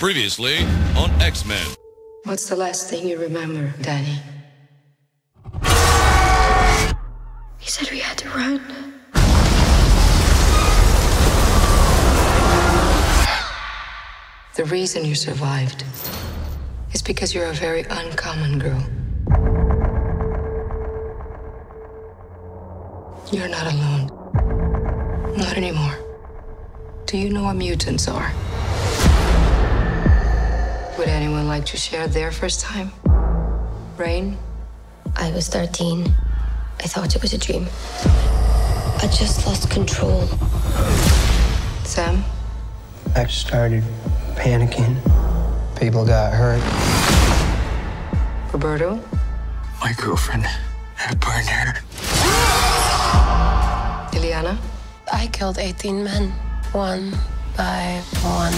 Previously on X-Men. What's the last thing you remember, Danny? He said we had to run. The reason you survived is because you're a very uncommon girl. You're not alone. Not anymore. Do you know what mutants are? Would anyone like to share their first time? Rain? I was 13. I thought it was a dream. I just lost control. Sam? I started panicking. People got hurt. Roberto? My girlfriend had burned her. Ileana? I killed 18 men, one by one.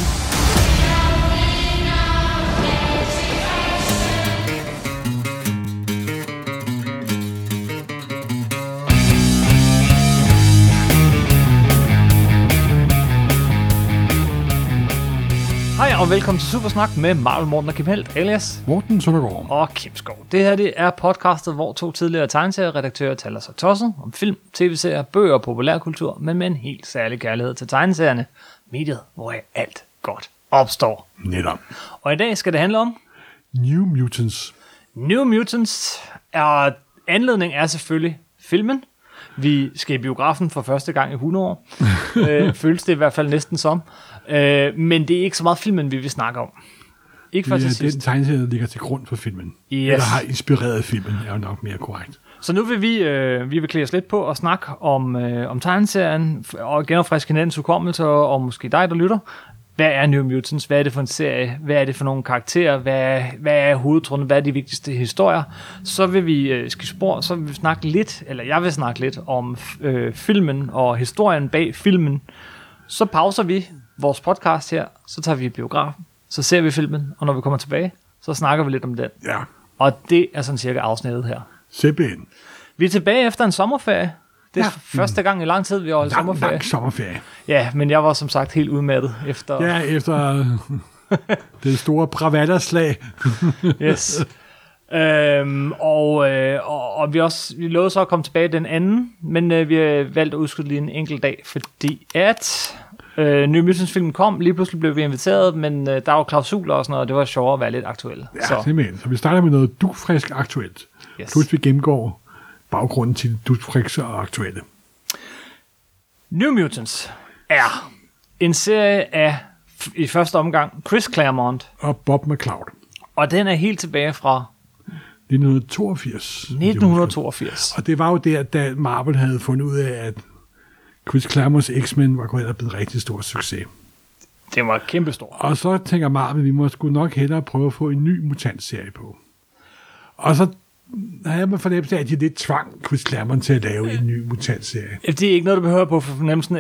Hej og velkommen til Supersnak med Marvel Morten og Kim Helt, alias Morten Søndergaard og Kim Skov. Det her det er podcastet, hvor to tidligere tegneserieredaktører taler sig tosset om film, tv-serier, bøger og populærkultur, men med en helt særlig kærlighed til tegneserierne, mediet, hvor alt godt opstår. netop. Og i dag skal det handle om New Mutants. New Mutants, og anledning er selvfølgelig filmen. Vi skal i biografen for første gang i 100 år. Føles det i hvert fald næsten som. Men det er ikke så meget filmen, vi vil snakke om. Ikke for til sidst. Den tegneserie, der ligger til grund for filmen. Yes. Eller har inspireret filmen, er jo nok mere korrekt. Så nu vil vi vil klæde os lidt på og snakke om tegneserien, og genopfriske hinandens hukommelse, og måske dig, der lytter. Hvad er New Mutants? Hvad er det for en serie? Hvad er det for nogle karakterer? Hvad er hovedtrådene? Hvad er de vigtigste historier? Så vil vi skifte spor, så vil vi snakke lidt, eller jeg vil snakke lidt om filmen og historien bag filmen. Så pauser vi vores podcast her, så tager vi i biografen, så ser vi filmen, og når vi kommer tilbage, så snakker vi lidt om den. Ja. Og det er sådan cirka afsnittet her. Simpelthen. Vi er tilbage efter en sommerferie. Det er første gang i lang tid, vi har holdt sommerferie. Lang sommerferie. Ja, men jeg var som sagt helt udmattet efter... Ja, efter det store Bravada-slag. Yes. Og vi lovede så at komme tilbage den anden, men vi har valgt at udskyde lige en enkelt dag, fordi at New Mutants-filmen kom, lige pludselig blev vi inviteret, men der var klausuler og sådan noget, og det var sjovere at være lidt aktuelle. Ja, simpelthen. Så vi starter med noget dugfrisk aktuelt. Yes. Plus vi gennemgår baggrunden til dugfriske og aktuelle. New Mutants er en serie af, i første omgang, Chris Claremont. Og Bob McCloud. Og den er helt tilbage fra 1982. 1982. Og det var jo der, da Marvel havde fundet ud af, at Chris Claremonts X-Men var gået hen og blevet en rigtig stor succes. Det var kæmpestor. Og så tænker Marvel, vi må sgu nok hellere prøve at få en ny mutantserie på. Og så havde man fornemmelse af, at de lidt tvang Chris Claremont til at lave en ny mutantserie. Det er ikke noget, du behøver på for fornemmelsen.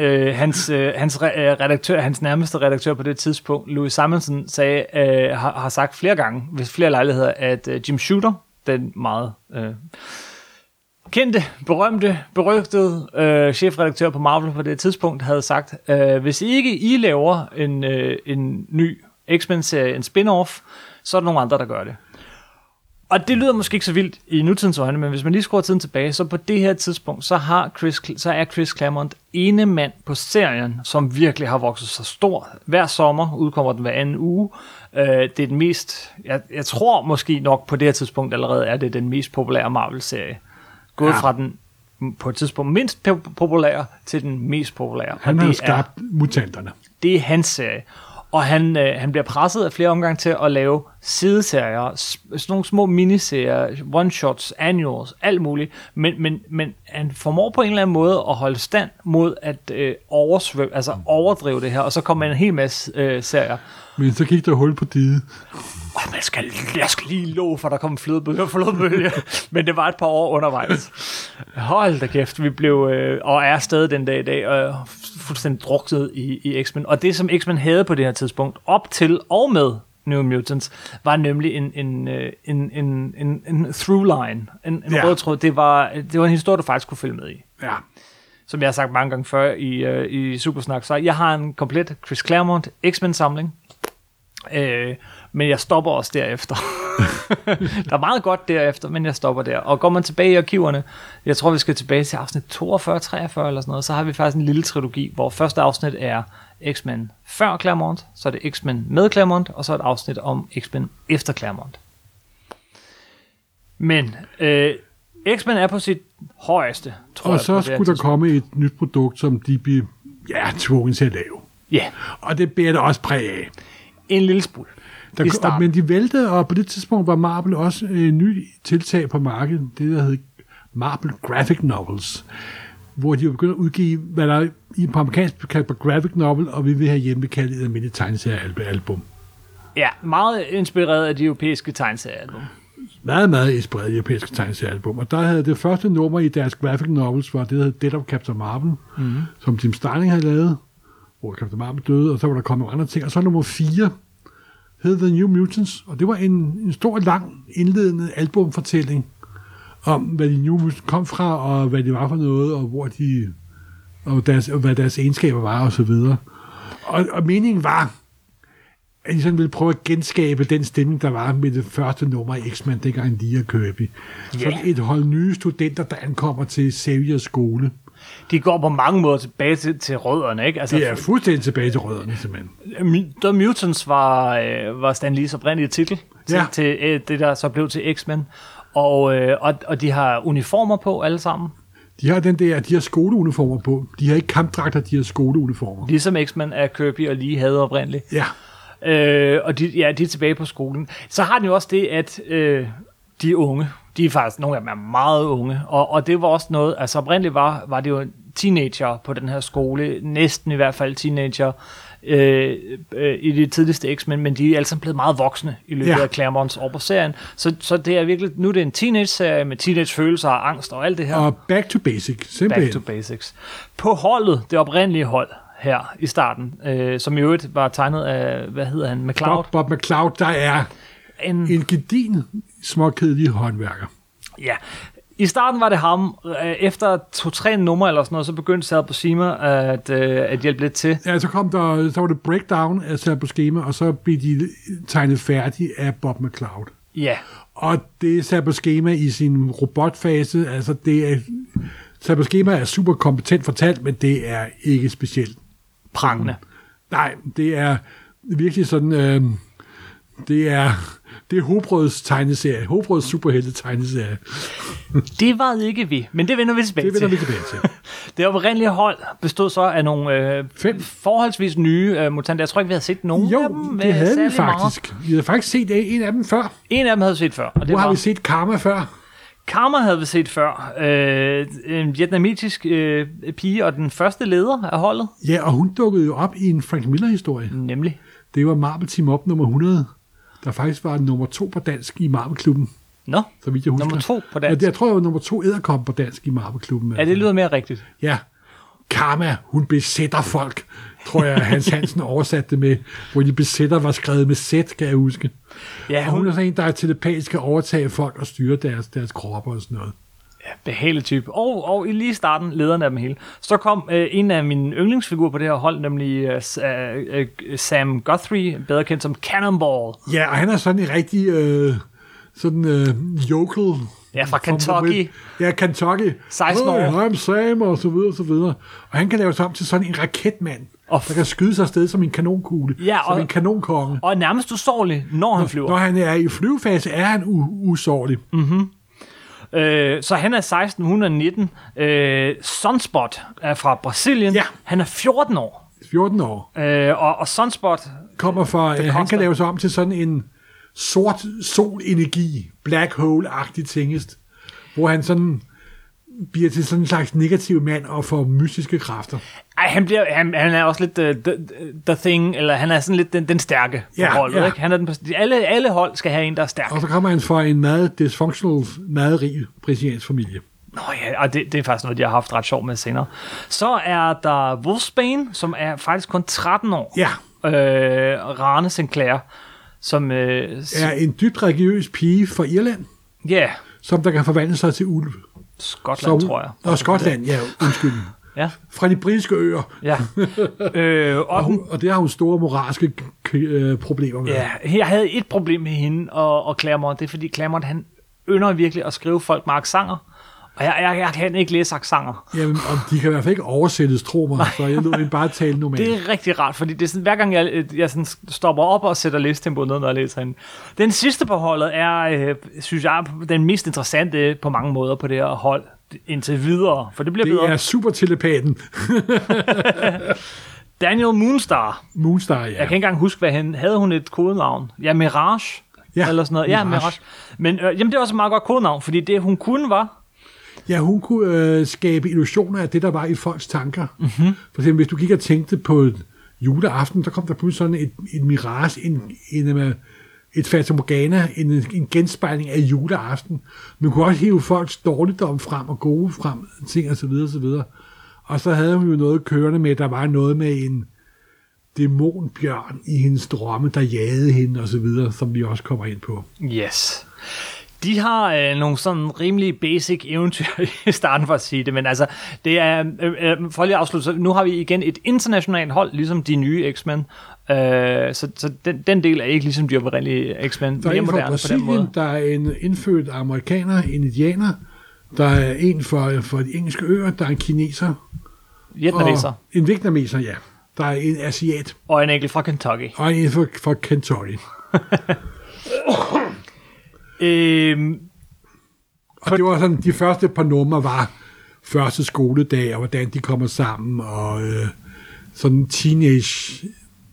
Hans nærmeste redaktør på det tidspunkt, Louis Simonson, har sagt flere gange, ved flere lejligheder, at Jim Shooter, den meget kendte, berømte, berygtede chefredaktør på Marvel på det tidspunkt, havde sagt, hvis ikke I laver en ny X-Men-serie, en spin-off, så er der nogle andre, der gør det. Og det lyder måske ikke så vildt i nutidens øjne, men hvis man lige skruer tiden tilbage, så på det her tidspunkt, så er Chris Claremont ene mand på serien, som virkelig har vokset så stor. Hver sommer udkommer den hver anden uge. Det er den mest, jeg tror måske nok på det her tidspunkt allerede, er det den mest populære Marvel-serie. Gået fra den på et tidspunkt mindst populære til den mest populære. Han har skabt mutanterne. Det er hans serie. Og han bliver presset af flere omgange til at lave sideserier, sådan nogle små miniserier, one-shots, annuals, alt muligt. Men han formår på en eller anden måde at holde stand mod at overdrive det her, og så kommer en hel masse serier. Men så gik der hul på diget. Jeg skal lige love, for der kom flodbølge, men det var et par år undervejs. Hold da kæft, vi blev, og er stadig den dag i dag, fuldstændig druknet i X-Men. Og det, som X-Men havde på det her tidspunkt, op til og med New Mutants, var nemlig en through line, en rød tråd. Det var en historie, du faktisk kunne følge med i. Ja. Som jeg har sagt mange gange før i Supersnak, så jeg har en komplet Chris Claremont X-Men-samling. Men jeg stopper også derefter. Der er meget godt derefter, men jeg stopper der. Og går man tilbage i arkiverne, jeg tror, vi skal tilbage til afsnit 42, 43 eller sådan noget, så har vi faktisk en lille trilogi, hvor første afsnit er X-Men før Claremont, så er det X-Men med Claremont, og så et afsnit om X-Men efter Claremont. Men X-Men er på sit højeste, tror jeg. Og så skulle der komme et nyt produkt, som de bliver tvunget til at lave. Ja. Og det bærer der også præg af. En lille smule. Men de væltede, og på det tidspunkt var Marvel også en ny tiltag på markedet, det der hed Marvel Graphic Novels, hvor de begyndte at udgive, hvad der i på amerikansk kaldt på graphic novel, og vi vil have hjemme kaldt et almindeligt tegneseriealbum. Ja, meget inspireret af de europæiske tegneseriealbum. Meget inspireret af de europæiske tegneseriealbum. Og der havde det første nummer i deres graphic novels, var det, der hed Death of Captain Marvel, som Tim Starling havde lavet, hvor Captain Marvel døde, og så var der kommet andre ting. Og så nummer 4 hed The New Mutants, og det var en stor, lang, indledende albumfortælling om, hvad de New Mutants kom fra, og hvad det var for noget, og hvor de, og hvad deres egenskaber var, og så videre. Og meningen var, at de sådan ville prøve at genskabe den stemning, der var med det første nummer i X-Men, dengang Lee og Kirby. Så et hold nye studenter, der ankommer til Xaviers skole. De går på mange måder tilbage til rødderne, ikke? Altså, det er fuldstændig tilbage til rødderne, simpelthen. The Mutants var Stan Lees oprindelige titel til det, der så blev til X-Men. Og de har uniformer på alle sammen. De har skoleuniformer på. De har ikke kampdragter, de har skoleuniformer. Ligesom X-Men af Kirby og Lee havde oprindeligt. Ja. Og de er tilbage på skolen. Så har den jo også det, at de er unge. De er faktisk, nogle af dem er meget unge. Og det var også noget, altså oprindeligt var det jo teenager på den her skole, næsten i hvert fald teenager i de tidligste X-Men, men de er alle sammen blevet meget voksne i løbet af Claremonts år på serien. Så det er virkelig, nu er det en teenage-serie med teenage-følelser og angst og alt det her. Og back to basic, simpelthen. Back to basics. På holdet, det oprindelige hold, her i starten, som i øvrigt var tegnet af, hvad hedder han, McCloud? Bob McCloud, der er en gedin, småkedelig håndværker. Ja, i starten var det ham. Efter 2-3 numre eller sådan noget, så begyndte Sal Buscema at hjælpe lidt til. Ja, så var det breakdown af Sal Buscema, og så blev de tegnet færdige af Bob McCloud. Ja. Og det er Sal Buscema i sin robotfase, altså det er... Sal Buscema er super kompetent fortalt, men det er ikke specielt prangende. Nej, det er virkelig sådan, det er Hobrøds tegneserie, Hobrøds superhelte tegneserie. Det var ikke vi, men det vender vi tilbage til. Det oprindelige hold bestod så af nogle forholdsvis nye mutanter. Jeg tror ikke, vi havde set nogen af dem. Jo, det havde vi faktisk. Vi havde faktisk set en af dem før. En af dem havde vi set før. Og hvor har vi set Karma før? Karma havde vi set før. En vietnamesisk pige og den første leder af holdet. Ja, og hun dukkede jo op i en Frank Miller-historie. Nemlig. Det var Marvel Team Up nummer 100, der faktisk var nummer 2 på dansk i Marvel-klubben. Nå, så vidt jeg husker. Nummer 2 på dansk? Ja, jeg tror, jeg var nummer 2 edderkom på dansk i Marvel-klubben. Ja, det lyder mere rigtigt. Ja. Karma, hun besætter folk, tror jeg, Hans Hansen oversatte det med, hvor de besætter var skrevet med Z, kan jeg huske. Ja, hun er sådan en, der er telepatisk kan overtage folk og styre deres kropper og sådan noget. Ja, behagelig type. Og i lige starten, lederen af dem hele. Så kom en af mine yndlingsfigurer på det her hold, nemlig Sam Guthrie, bedre kendt som Cannonball. Ja, og han er sådan en rigtig yokel. Ja, fra Kentucky. Ja, Kentucky. 16 år. I'm Sam, og så videre, og så videre. Og han kan lave sig om til sådan en raketmand, der kan skyde sig afsted som en kanonkugle. Ja, som en kanonkonge. Og nærmest usårlig, når han flyver. Når han er i flyvefase, er han usårlig. Mhm. Så han er 16, hun er 19. Sunspot er fra Brasilien. Ja. Han er 14 år. 14 år. Og Sunspot kommer fra, han kan lave sig om til sådan en sort solenergi, black hole-agtig tingest, hvor han sådan bliver til sådan en slags negativ mand og får mystiske kræfter. Ej, han er også lidt the thing, eller han er sådan lidt den stærke på holdet, ikke? Han er alle hold skal have en, der er stærk. Og så kommer han fra en meget dysfunctional, meget rig brasiliansk familie. Nå ja, og det er faktisk noget, de har haft ret sjovt med senere. Så er der Wolfsbane, som er faktisk kun 13 år. Ja. Rane Sinclair, som er en dybt religiøs pige fra Irland. Ja. Som der kan forvandle sig til ulv. Skotland, tror jeg. Og Skotland, ja, undskyld. Ja. Fra de britiske øer. Ja. Og det har hun store moralske problemer med. Ja, jeg havde et problem med hende og Claremont. Det er, fordi Claremont, han ynder virkelig at skrive folk med accenter. Og jeg kan ikke læse accenter. Jamen, og de kan i hvert fald ikke oversættes, tro mig. Så jeg lod hende bare tale normalt. Det er rigtig rart, fordi det er sådan, hver gang jeg sådan stopper op og sætter læstempoet ned, når jeg læser hende. Den sidste på holdet er, synes jeg, den mest interessante på mange måder på det her hold indtil videre. For det bliver bedre. Det er supertelepaten. Daniel Moonstar. Moonstar, ja. Jeg kan ikke engang huske, hvad han havde. Hun et kodenavn? Ja, Mirage. Ja, eller sådan noget. Ja, Mirage. Men jamen, det var også et meget godt kodenavn, fordi det, hun kunne, var... Ja, hun kunne skabe illusioner af det, der var i folks tanker. Mm-hmm. For eksempel, hvis du gik og tænkte på juleaften, der kom der pludselig sådan et mirage, et fatamorgana, en genspejling af juleaften. Man kunne også hive folks dårligdom frem og gode frem, ting og så videre, og så videre. Og så havde hun jo noget kørende med, der var noget med en dæmonbjørn i hendes drømme, der jagede hende og så videre, som vi også kommer ind på. Yes. De har nogle sådan rimelig basic eventyr i starten for at sige det, men altså, det er, for lige at afslutte, så nu har vi igen et internationalt hold, ligesom de nye X-Men, så den del er ikke ligesom de oprindelige X-Men. Der er en fra Brasilien, der er en indfødt amerikaner, en indianer, der er en for de engelske øer, der er en kineser. Vietnameser. En vietnameser, ja. Der er en asiat. Og en enkelt fra Kentucky. Og en fra Kentucky. Og det var sådan, de første par numre var første skoledag, og hvordan de kommer sammen, og sådan en teenage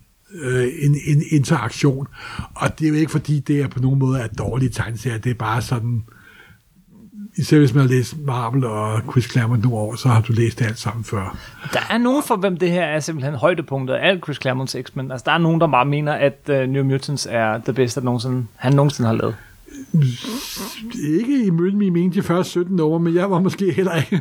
en interaktion. Og det er jo ikke, fordi det er på nogen måde er dårlige tegneserier, det er bare sådan, især hvis man har læst Marvel og Chris Claremont nogle år, så har du læst det alt sammen før. Der er nogen for hvem det her er simpelthen højdepunktet af alt Chris Claremonts X-Men. Altså der er nogen, der bare mener, at New Mutants er det bedste, han nogensinde har lavet. Ikke i min mening de første 17 numre, men jeg var måske heller ikke.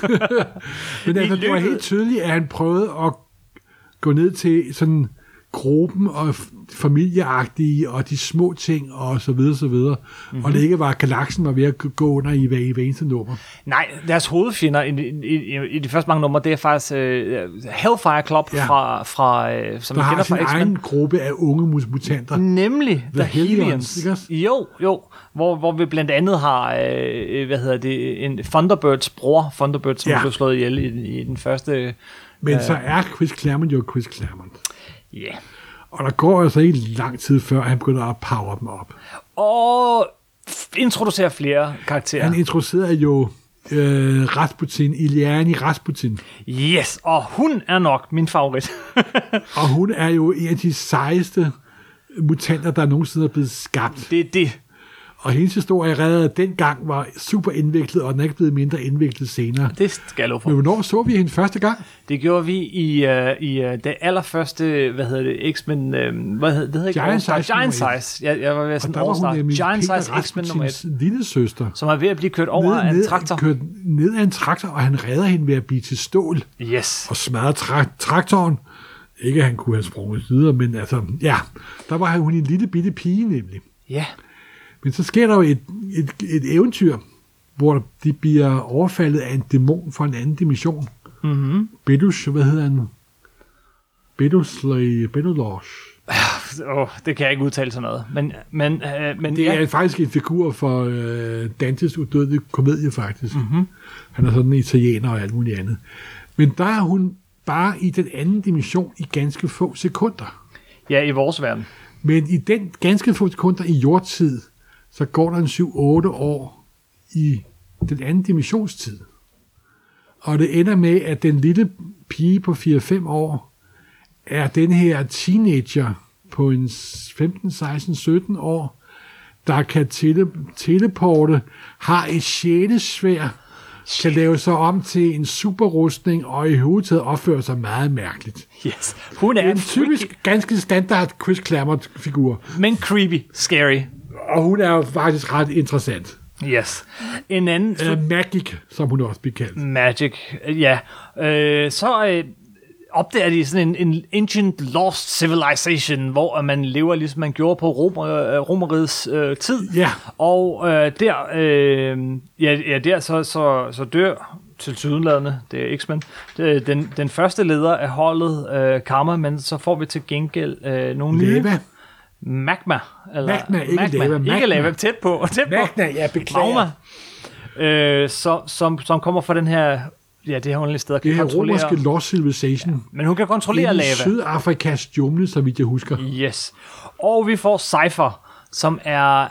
Men altså, det var helt tydeligt, at han prøvede at gå ned til sådan gruppen og familieagtige og de små ting og så videre, så videre. Mm-hmm. Og det ikke var, galaksen var ved at gå under i hver eneste nummer. Nej, deres hovedfjender i de første mange numre, det er faktisk Hellfire Club fra som der man kender fra X-Men. Der har sin egen gruppe af unge mutanter. Nemlig The Hellions. Jo. Hvor vi blandt andet har en Thunderbirds bror, Thunderbird, som blev slået ihjel i den første... Men så er Chris Claremont jo Chris Claremont. Ja. Yeah. Og der går altså ikke lang tid før, han begynder at power dem op. Og introducerer flere karakterer. Han introducerer jo Rasputin, Iliani Rasputin. Yes, og hun er nok min favorit. Og hun er jo en af de sejeste mutanter, der nogensinde er blevet skabt. Det er det. Og hendes historie allerede dengang var super indviklet, og den er ikke blevet mindre indviklet senere. Det skal jeg love for. Men hvornår så vi hende første gang? Det gjorde vi i det allerførste, X-Men, det hedder Giant Size. Jeg var ved sådan All-Star. Giant Size X-Men nummer 1. Lille søster. Som er ved at blive kørt over af en traktor. Kørt ned af en traktor, og han redder hende ved at blive til stål. Yes. Og smadrer traktoren. Ikke at han kunne have sprunget videre, men altså, ja. Der var hun en lille bitte pige nemlig. Ja. Men så sker der jo et eventyr, hvor de bliver overfaldet af en dæmon fra en anden dimension. Mm-hmm. Bedus, hvad hedder han? Bedulosh. Det kan jeg ikke udtale sådan noget. Men det er faktisk en figur for Dantes udødelige komedie, faktisk. Mm-hmm. Han er sådan en italiener og alt muligt andet. Men der er hun bare i den anden dimension i ganske få sekunder. Ja, i vores verden. Men i den ganske få sekunder i jordtid, så går der en 7-8 år i den anden dimensionstid. Og det ender med, at den lille pige på 4-5 år er den her teenager på en 15, 16, 17 år, der kan teleporte, har et sjælesværd, kan lave sig om til en superrustning, og i hovedet opfører sig meget mærkeligt. Yes. Hun er en typisk, ganske standard Chris Claremont-figur. Men creepy, scary. Og hun er jo faktisk ret interessant. Yes. En anden... Magic, som hun også bliver kaldt. Magic, ja. Så opdager de sådan en ancient lost civilization, hvor man lever ligesom man gjorde på Romerrigets tid. Ja. Og der så dør til sydenladende, det er X-Men. Den første leder af holdet, Karma, men så får vi til gengæld nogle nye... Magma. Magma, ikke lava. Ikke lava, tæt på. Magma, ja, beklager. Magma. Som kommer fra den her... Ja, det her underlige sted, der kan kontrollere... Det her romerske Lost Civilization. Ja, men hun kan kontrollere lava. Sydafrikas jungle, så vidt jeg husker. Yes. Og vi får Cypher, som er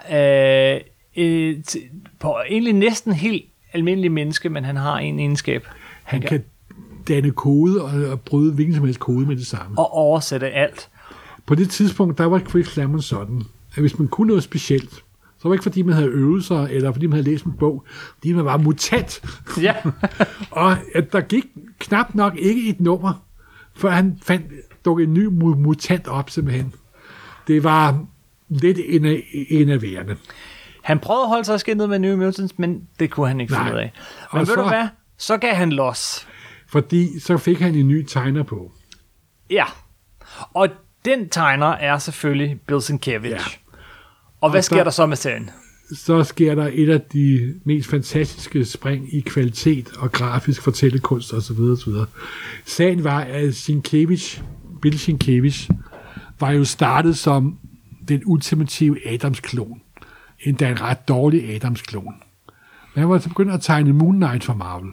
på egentlig næsten helt almindelig menneske, men han har en egenskab. Han kan danne kode og bryde hvilken som helst kode med det samme. Og oversætte alt. På det tidspunkt, der var Chris Claremont sådan, at hvis man kunne noget specielt, så var det ikke fordi, man havde øvet sig, eller fordi man havde læst en bog, fordi man var mutant. Ja. Og at der gik knap nok ikke et nummer, før han dukkede en ny mutant op simpelthen. Det var lidt enerverende. Han prøvede at holde sig skinnet med New Mutants, men det kunne han ikke finde ud af. Men ved du hvad? Så gav han los. Fordi så fik han en ny tegner på. Ja. Og den tegner er selvfølgelig Bill Sienkiewicz. Ja. Og hvad sker der så med serien? Så sker der et af de mest fantastiske spring i kvalitet og grafisk fortællekunst osv. osv. Sagen var, at Bill Sienkiewicz var jo startet som den ultimative Adams-klon. Endda en ret dårlig Adams-klon. Men han var så begyndt at tegne Moon Knight for Marvel.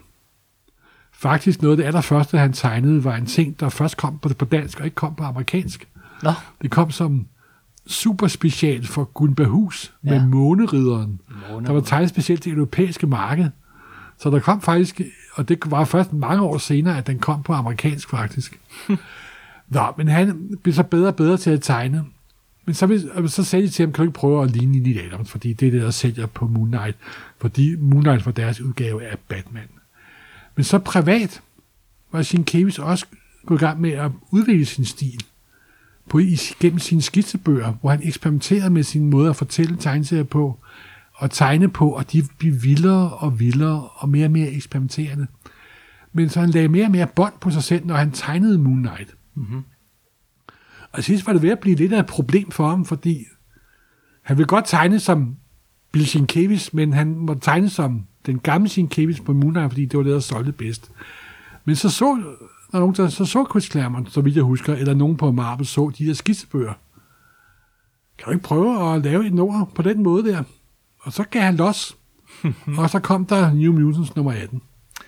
Faktisk noget af det allerførste, han tegnede, var en ting, der først kom på dansk og ikke kom på amerikansk. Nå. Det kom som super special for Gunbahus med Måneridderen. Der var tegnet specielt til det europæiske marked. Så der kom faktisk, og det var først mange år senere, at den kom på amerikansk faktisk. Nå, men han blev så bedre og bedre til at tegne. Men så sagde de til ham, kan du ikke prøve at ligne Neil Adams, fordi det er det, der sælger på Moon Knight. Fordi Moon Knight var deres udgave af Batman. Men så privat var Sienkiewicz også gået i gang med at udvikle sin stil gennem sine skitsebøger, hvor han eksperimenterede med sin måde at fortælle tegneserier på, og tegne på, og de blev vildere og vildere, og mere eksperimenterende. Men så han lagde mere og mere bånd på sig selv, når han tegnede Moon Knight. Mm-hmm. Og sidst var det ved at blive lidt af et problem for ham, fordi han ville godt tegne som Bill Sienkiewicz, men han måtte tegne som den gamle Sienkiewicz på Moon Knight, fordi det var det, der solgte bedst. Men så Chris Claremont, så vidt jeg husker, eller nogen på Marvel så de der skitsebøger. Kan du ikke prøve at lave et nummer på den måde der? Og så gav han los. Og så kom der New Mutants nummer 18.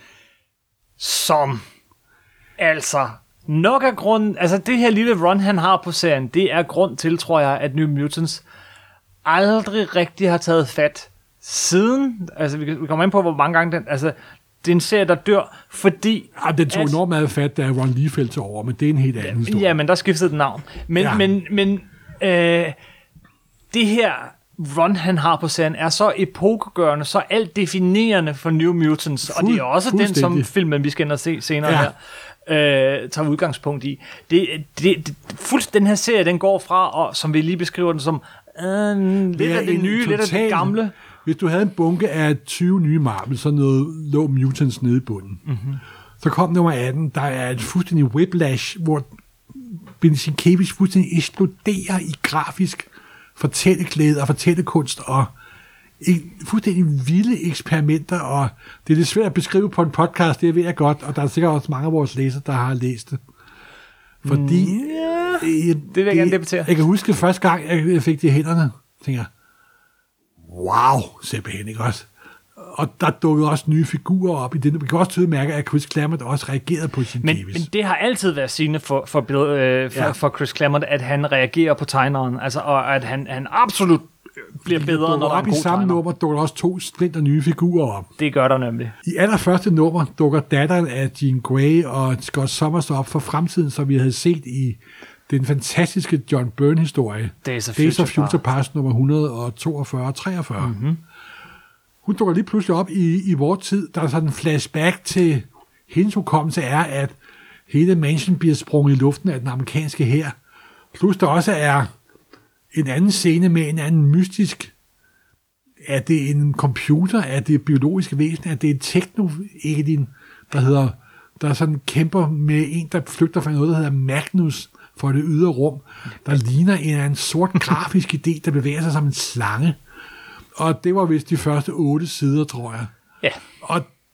Som altså nok af grunden, altså det her lille run, han har på serien, det er grund til, tror jeg, at New Mutants aldrig rigtig har taget fat siden, altså vi kommer ind på, hvor mange gange det er en serie, der dør, fordi... Ja, den tog enormt meget fat, da Ron Liefeld tog over, men det er en helt anden historie. Ja, men der skiftede den navn. Men det her run, han har på serien, er så epokegørende, så alt definerende for New Mutants, og det er også den, som filmen, vi skal ind og se senere her, tager udgangspunkt i. Den her serie, den går fra, og som vi lige beskriver den som, lidt af det nye, lidt af det gamle. Hvis du havde en bunke af 20 nye Marvel, så lå Mutants nede i bunden. Mm-hmm. Så kom nummer 18, der er et fuldstændig whiplash, hvor Bill Sienkiewicz fuldstændig eksploderer i grafisk fortælleklæde og fortællekunst og fuldstændig vilde eksperimenter, og det er lidt svært at beskrive på en podcast, det ved jeg godt, og der er sikkert også mange af vores læsere, der har læst det. Fordi... det vil jeg gerne debattere. Jeg kan huske første gang, jeg fik det i hænderne, tænker jeg, wow, simpelthen, ikke også? Og der dukkede også nye figurer op i det. Vi kan også tydeligt mærke, at Chris Claremont også reagerede på sin men det har altid været sigende for Chris Claremont, at han reagerer på tegneren, altså, og at han absolut bliver bedre, når der er en god tegner. I samme nummer dukker også 2 splinter nye figurer op. Det gør der nemlig. I allerførste nummer dukker datteren af Jean Grey og Scott Summers op for fremtiden, som vi havde set i den fantastiske John Byrne-historie. Days of Future Past nummer 142 og 43. Mm-hmm. Hun dukker lige pludselig op i vores tid. Der er sådan en flashback til hendes hukommelse er, at hele mansion bliver sprunget i luften af den amerikanske hær. Plus der også er en anden scene med en anden mystisk. Er det en computer? Er det biologiske væsen? Er det en techno-alien, der sådan kæmper med en, der flygter fra noget, der hedder Magnus for det ydre rum, der ligner en sort grafisk idé, der bevæger sig som en slange. Og det var vist de første 8 sider, tror jeg. Ja. Og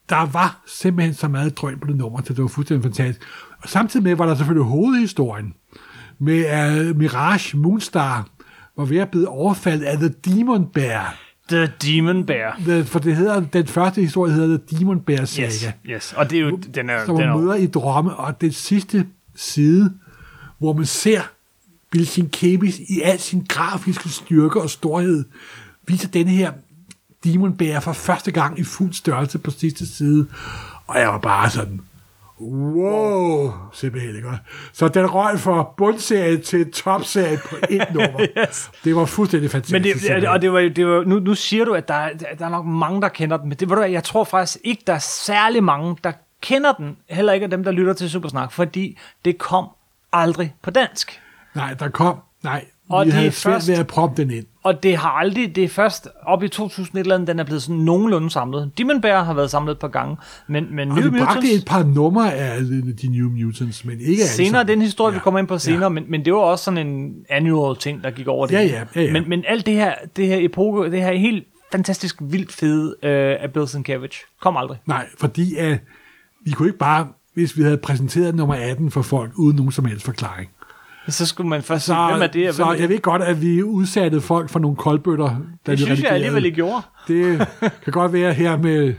der var simpelthen så meget drøm på det nummer, så det var fuldstændig fantastisk. Og samtidig med var der selvfølgelig hovedhistorien med Mirage Moonstar var ved at blive overfaldet af The Demon Bear. The Demon Bear. For det hedder, den første historie hedder The Demon Bear Saga. Yes. Og det er jo, som man møder i drømme, og den sidste side, hvor man ser Bill Sienkiewicz i al sin grafiske styrke og storhed, viser denne her Demon Bear for første gang i fuld størrelse på sidste side. Og jeg var bare sådan, wow, simpelthen ikke. Så den røg fra bundserie til topserie på et nummer. Yes. Det var fuldstændig fantastisk. Men det var nu siger du, at der er nok mange, der kender den, men det, jeg tror faktisk ikke, der er særlig mange, der kender den, heller ikke af dem, der lytter til Supersnak, fordi det kom aldrig på dansk. Og vi havde svært ved at proppe den ind. Og det er først op i 2001, den er blevet sådan nogenlunde samlet. Demon Bear har været samlet et par gange, men New Mutants... Og det bragte et par numre af de New Mutants, men ikke senere, den historie, vi kommer ind på senere, men det var også sådan en annual ting, der gik over det. Ja. Men alt det her epoke, det her helt fantastisk vildt fede af Bill Sienkiewicz, kom aldrig. Nej, fordi vi kunne ikke bare, hvis vi havde præsenteret nummer 18 for folk, uden nogen som helst forklaring. Så skulle man først sige, hvem er det? Så jeg ved godt, at vi udsatte folk for nogle koldbøtter. Det synes jeg alligevel ikke gjorde. Det kan godt være her med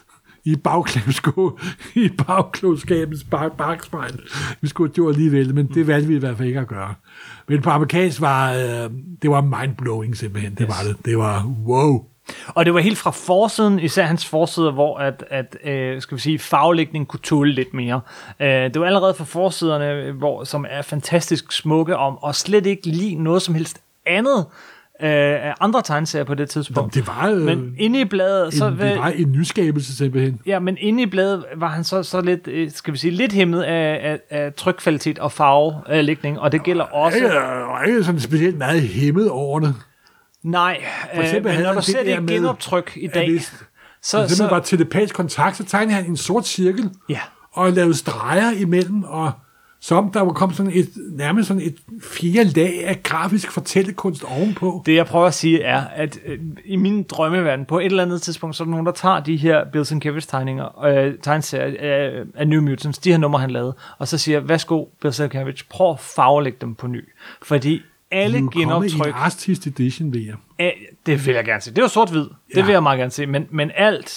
i bagklodskabens bagspejl. Vi skulle have gjort alligevel, men det valgte vi i hvert fald ikke at gøre. Men på amerikansk det var mindblowing simpelthen. Det var det. Det var wow. Og det var helt fra forsiden, især hans forside, hvor skal vi sige, farvelægning kunne tåle lidt mere. Det var allerede fra forsiderne, som er fantastisk smukke om, og slet ikke lige noget som helst andet af andre tegneserier på det tidspunkt. Det var men inde i bladet... det var en nyskabelse simpelthen. Ja, men inde i bladet var han så lidt, skal vi sige, lidt hæmmet af trykkvalitet og farvelægning, og det gælder også... Ikke sådan specielt meget hæmmet over det. Nej, men når du ser det genoptryk i dag... Så var telepatisk kontakt, så tegnede han en sort cirkel, og lavede streger imellem, og som der kom nærmest sådan et 4 lag af grafisk fortællekunst ovenpå. Det jeg prøver at sige er, at i min drømmeverden, på et eller andet tidspunkt, så er der nogen, der tager de her Bill Sienkiewicz tegneserier af New Mutants, de her numre, han lavede, og så siger, værsgo, Bill Sienkiewicz, prøv at farvelægge dem på ny. Fordi alle genoptryk... i Artist Edition, ved jeg. Det vil jeg gerne se. Det var sort-hvid. Det vil jeg meget gerne se. Men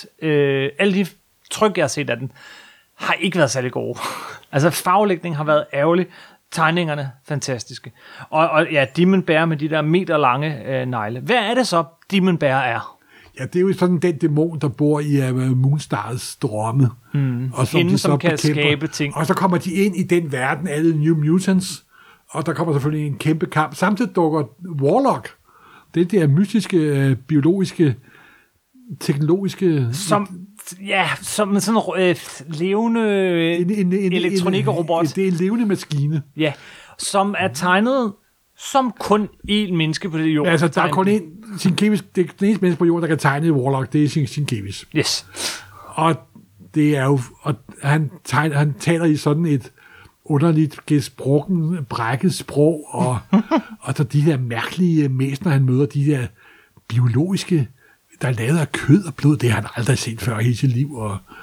alle de tryk, jeg har set af den, har ikke været særlig gode. Altså, farvelægning har været ærgerlig. Tegningerne, fantastiske. Og ja, Demon Bear med de der meterlange negle. Hvad er det så, Demon Bear er? Ja, det er jo sådan den dæmon, der bor i Moonstars drømme. Og som kan skabe ting. Og så kommer de ind i den verden, alle New Mutants, og der kommer selvfølgelig en kæmpe kamp. Samtidig dukker Warlock, det der mystiske, biologiske, teknologiske... Som sådan en levende elektronikrobot. Det er en levende maskine. Ja, som er tegnet som kun én menneske på det jord. Altså, der er kun én Sienkiewicz, det er den eneste menneske på jorden, der kan tegne et Warlock, det er Sienkiewicz. Yes. Og det er jo... Og han taler i sådan et underligt gesprokken, brækket sprog, og så de der mærkelige mæsner, han møder, de der biologiske, der er lavet af kød og blod, det har han aldrig set før i hele sit liv,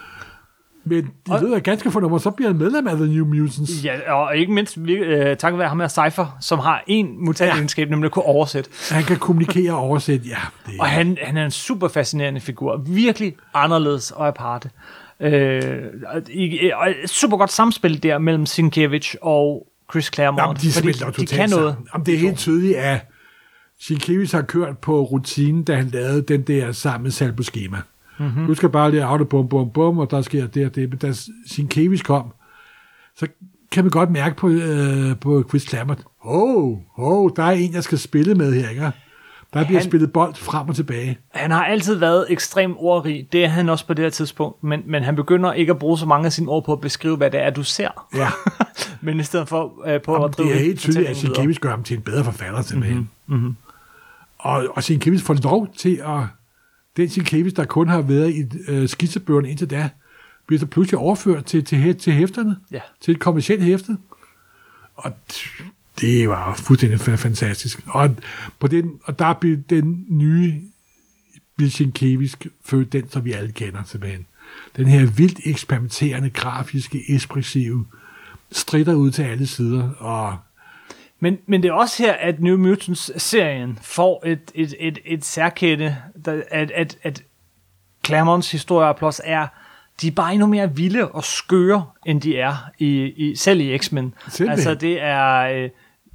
men de lyder ganske få nummer, så bliver han medlem af The New Mutants. Ja, og ikke mindst takket være ham her Cypher, som har en mutantegenskab, nemlig at kunne oversætte. Han kan kommunikere og oversætte, ja. Og han er en super fascinerende figur, virkelig anderledes og aparte. Og et super godt samspil der mellem Sienkiewicz og Chris Claremont. De kan noget. Jamen, det er helt tydeligt, at Sienkiewicz har kørt på rutinen, da han lavede den der sammen med Sal Buscema. Du skal bare lige af det, bum, og der sker det og det. Men da Sienkiewicz kom, så kan man godt mærke på Chris Claremont, der er en, jeg skal spille med her, ikke? Der bliver spillet bold frem og tilbage. Han har altid været ekstremt ordrig. Det er han også på det her tidspunkt. Men han begynder ikke at bruge så mange af sine ord på at beskrive, hvad det er, du ser. Ja. Men i stedet for på at drive... Det er helt tydeligt, at Sienkiewicz gør ham til en bedre forfatter simpelthen. Og Sienkiewicz får lov til at... Den Sienkiewicz, der kun har været i skitsebøgerne indtil da, bliver så pludselig overført til hæfterne. Ja. Til et kommercielt hæfte. Og det var fuldstændig fantastisk. Og der blev den nye Bill Sienkiewicz født, den som vi alle kender tilbage. den her vildt eksperimenterende, grafiske, ekspressive, stritter ud til alle sider, og Men det er også her, at New Mutants-serien får et særkende, at Claremonts historier plus de er bare endnu mere vilde og skøre, end de er selv i X-Men. Altså det er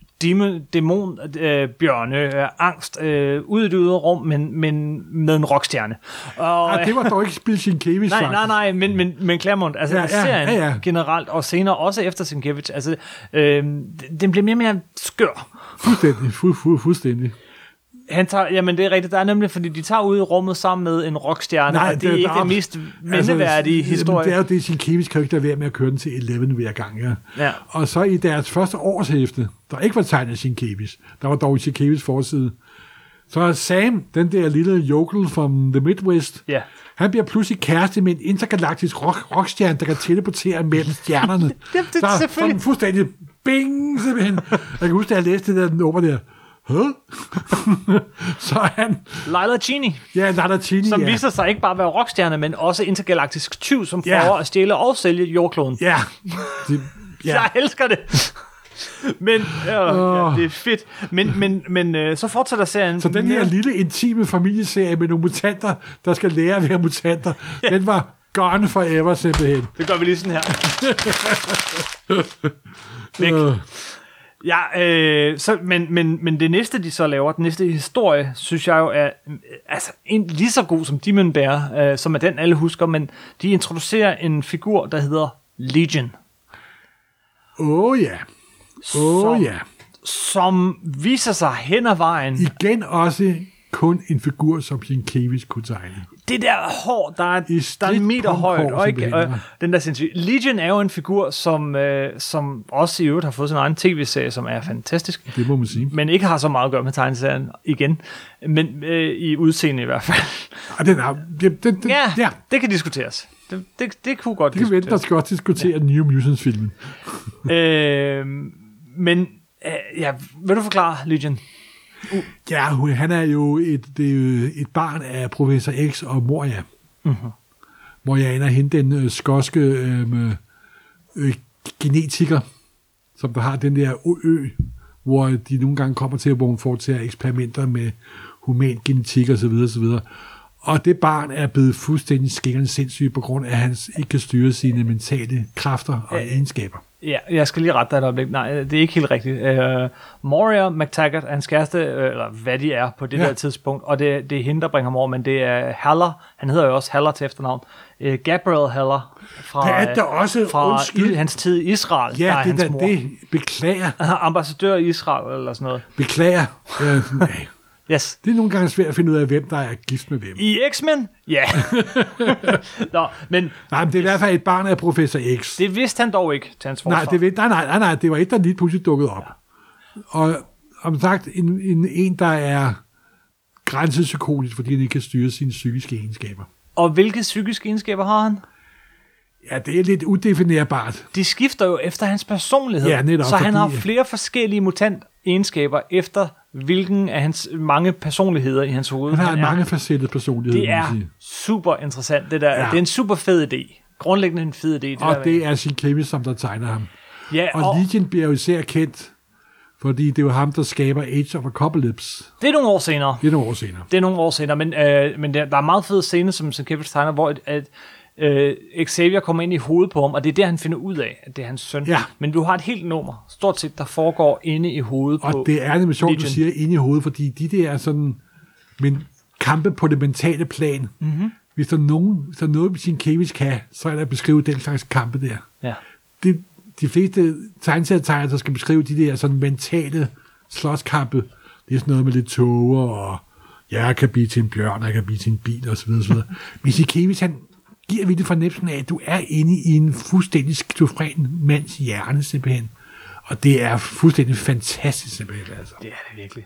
dæmonbjørne, angst, ud i det ydre rum, men med en rockstjerne. Og, det var dog ikke Bill Sienkiewicz, faktisk. Nej, men Claremont, altså serien generelt, og senere også efter Sienkiewicz, altså den bliver mere og mere skør. Fuldstændig. Han tager, jamen det er rigtigt, der er nemlig, fordi de tager ud i rummet sammen med en rockstjerne, og det er ikke den mest mindeværdige historie. Det er jo det, Sienkiewicz kan jo ikke være med at køre den til 11 hver gang, ja. Og så i deres første årshæfte, der ikke var tegnet Sienkiewicz, der var dog Sienkiewicz forside, så er Sam, den der lille yokel from the Midwest, han bliver pludselig kæreste med en intergalaktisk rockstjerne, der kan teleportere mellem stjernerne. det er selvfølgelig. Så fuldstændig bing, simpelthen. Jeg kan huske, at jeg læste det der nummer der. Så han Lila Cheney. Ja, Lila Cheney, som viser sig ikke bare at være rockstjerne, men også intergalaktisk tyv, som prøver at stjæle og sælge jordkloden. Ja. Jeg elsker det. Men det er fedt. Men så fortsætter serien. Så den her lille intime familieserie med nogle mutanter, der skal lære at være mutanter, den var gone forever simpelthen. Det gør vi lige sådan her. Væk. Ja, men det næste, de så laver, den næste historie, synes jeg jo er lige så god som Demon Bear, som er den, alle husker, men de introducerer en figur, der hedder Legion. Som viser sig hen ad vejen. Igen også kun en figur, som Sienkiewicz kunne tegne. Det der hår, der er en meter højt, og den der sindssygt. Legion er jo en figur, som også i øvrigt har fået sin egen tv-serie, som er fantastisk. Det må man sige. Men ikke har så meget at gøre med tegneserien igen. Men i udseende i hvert fald. Det kan diskuteres. Det kunne godt diskuteres. Det kan vente, der skal også diskutere New Mutants-filmen. Men vil du forklare Legion? Ja, han er jo et barn af Professor X og Moria. Mm-hmm. Moria er hende, den skotske genetiker, som der har den der ø, hvor de nogle gange kommer til, hvor hun foretager eksperimenter med human genetik osv. Og det barn er blevet fuldstændig skængende sindssyg på grund af, at han ikke kan styre sine mentale kræfter og egenskaber. Ja, jeg skal lige rette dig et øjeblik. Nej, det er ikke helt rigtigt. Moria McTaggart er hans kæreste, eller hvad de er på det der tidspunkt, og det er hende, der bringer ham over, men det er Haller. Han hedder jo også Haller til efternavn. Gabriel Haller fra hans tid i Israel. Ja, der er det hans mor. Det beklager. Ambassadør i Israel eller sådan noget. Beklager. Yes. Det er nogle gange svært at finde ud af, hvem der er gift med hvem. I X-Men? Ja. Men det er i hvert fald et barn af Professor X. Det vidste han dog ikke til hans forsvar. Nej, det var et, der lige pludselig dukkede op. Ja. Og om sagt, en, der er grænsepsykotisk, fordi han ikke kan styre sine psykiske egenskaber. Og hvilke psykiske egenskaber har han? Ja, det er lidt udefinerbart. De skifter jo efter hans personlighed. Ja, netop, så han har flere forskellige mutant-egenskaber efter hvilken af hans mange personligheder i hans hoved. Han har mange facettede personligheder. Det er super interessant. Det der. Ja. Det er en super fed idé. Grundlæggende en fed idé. Det er Sienkiewicz, som der tegner ham. Ja, og Legion bliver jo især kendt, fordi det er jo ham, der skaber Age of Apocalypse. Det er nogle år senere. Men der er meget fed scene, som Sienkiewicz tegner, hvor Xavier kommer ind i hovedet på ham, og det er det, han finder ud af, at det er hans søn. Ja. Men du har et helt nummer, stort set, der foregår inde i hovedet og på Og det er nemlig sjovt, du siger inde i hovedet, fordi de der sådan, men kampe på det mentale plan, hvis der er noget, Sienkiewicz kan, så er der at beskrive den slags kampe der. Ja. De fleste tegneserietegner, der skal beskrive de der sådan mentale slåskampe, det er sådan noget med lidt tåger, og jeg kan blive til en bjørn, og jeg kan blive til en bil, osv. Men Sienkiewicz, han giver vi det fornemmelsen af, at du er inde i en fuldstændig skizofren mands hjerne, simpelthen. Og det er fuldstændig fantastisk, simpelthen. Altså. Det er det virkelig.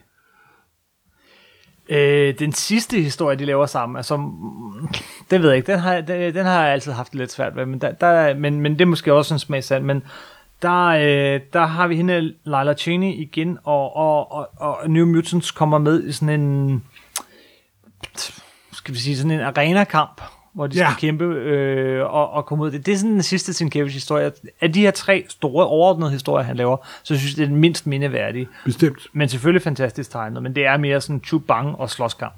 Den sidste historie, de laver sammen, altså, det ved jeg ikke, den har jeg altid haft lidt svært ved, men det er måske også en smagsand, men der har vi hende, Lila Cheney igen, og New Mutants kommer med i sådan en, skal vi sige, sådan en arena-kamp, hvor de skal kæmpe og komme ud af det. Det er sådan den sidste Sienkiewicz-historie. Af de her 3 store overordnede historier, han laver, så synes jeg, det er den mindst mindeværdige. Bestemt. Men selvfølgelig fantastisk tegnet, men det er mere sådan chubang og slåskamp.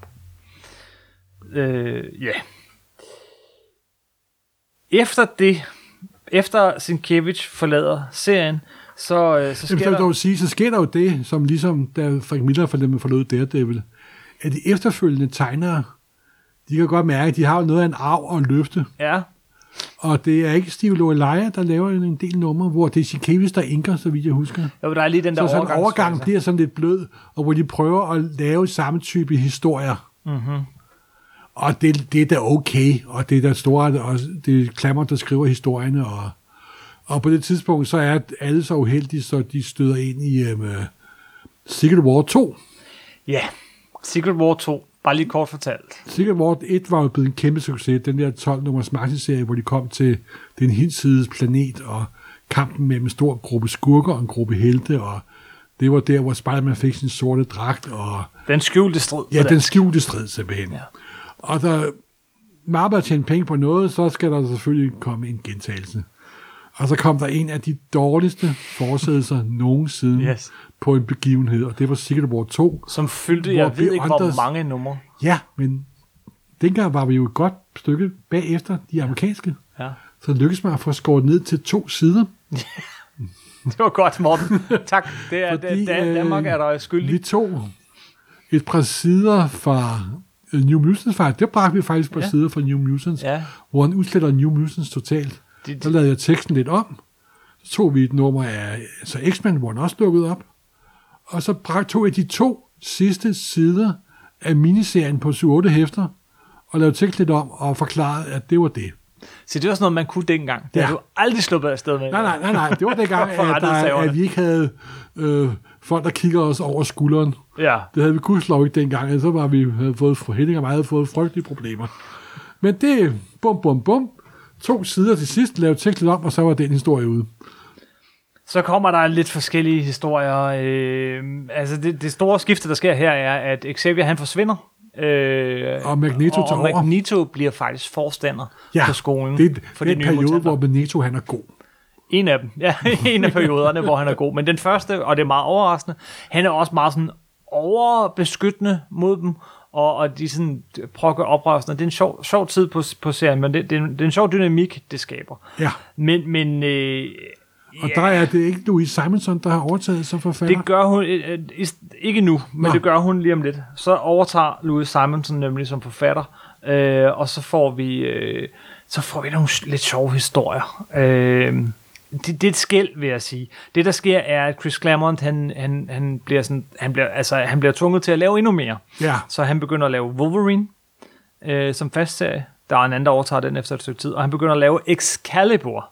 Ja. Efter Sienkiewicz forlader serien, så sker der... Så sker der jo det, som ligesom da Frank Miller forlod Daredevil, at de efterfølgende tegnere, de kan godt mærke, at de har jo noget af en arv og løfte. Ja. Og det er ikke Steve Loelia, der laver en del numre, hvor det er Sienkiewicz, der inker, så vidt jeg husker. Jo, der er lige den der så overgang bliver sådan lidt blød, og hvor de prøver at lave samme type historier. Mm-hmm. Og det er da okay, og det er da store, og det er Klammer, der skriver historierne, og på det tidspunkt, så er alle så uheldige, så de støder ind i Secret War 2. Ja, Secret War 2. Bare lige kort fortalt. Secret War 1 var jo blevet en kæmpe succes. Den der 12-nummers maxi-serie, hvor de kom til den hinsides planet, og kampen mellem en stor gruppe skurker og en gruppe helte, og det var der, hvor Spider-Man fik sin sorte dragt. Og den skjulte strid. Ja, den skjulte strid, simpelthen. Ja. Og der Marvel har tjent penge på noget, så skal der selvfølgelig komme en gentagelse. Og så kom der en af de dårligste fortsættelser nogensinde på en begivenhed, og det var Secret War 2. Som fyldte, jeg ved ikke, hvor mange numre. Ja, men dengang var vi jo et godt stykke bagefter de amerikanske. Ja. Så lykkedes mig at få skåret ned til 2 sider. Det var godt, Morten. Tak. Danmark er der skyldig. Vi tog et par sider fra New Mutants. Det bragte vi faktisk et par sider fra New Mutants, hvor han udsletter New Mutants totalt. Så lavede jeg teksten lidt om. Så tog vi et nummer af X-Men, hvor den også dukkede op. Og så tog jeg de 2 sidste sider af miniserien på 7-8 hæfter, og lavede teksten lidt om, og forklarede, at det var det. Så det var sådan noget, man kunne dengang. Det har du aldrig sluppet afsted med. Nej. Det var dengang, at vi ikke havde folk, der kigger os over skulderen. Ja. Det havde vi gudskelov ikke dengang, så var vi havde fået forhældinger, og havde fået frygtelige problemer. Men det, bum. 2 sider til sidst, lavede teksten om, og så var den historie ude. Så kommer der lidt forskellige historier. Altså det store skifte, der sker her, er, at Xavier han forsvinder. Og Magneto tager over. Og Magneto bliver faktisk forstander på skolen. Det er en periode, hvor Magneto han er god. En af dem. Ja, en af perioderne, hvor han er god. Men den første, og det er meget overraskende, han er også meget sådan overbeskyttende mod dem, og de sådan prøver at gøre oprørsende. Det er en sjov tid på serien, men det er en sjov dynamik, det skaber. Ja. Men og der er det ikke Louise Simonson, der har overtaget som forfatter? Det gør hun ikke nu, men det gør hun lige om lidt. Så overtager Louise Simonson nemlig som forfatter, og så får vi nogle lidt sjove historier. Det er et skel, vil jeg sige. Det, der sker, er, at Chris Claremont, han bliver tvunget til at lave endnu mere. Ja. Så han begynder at lave Wolverine som fast serie. Der er en anden, der overtager den efter et stykke tid. Og han begynder at lave Excalibur.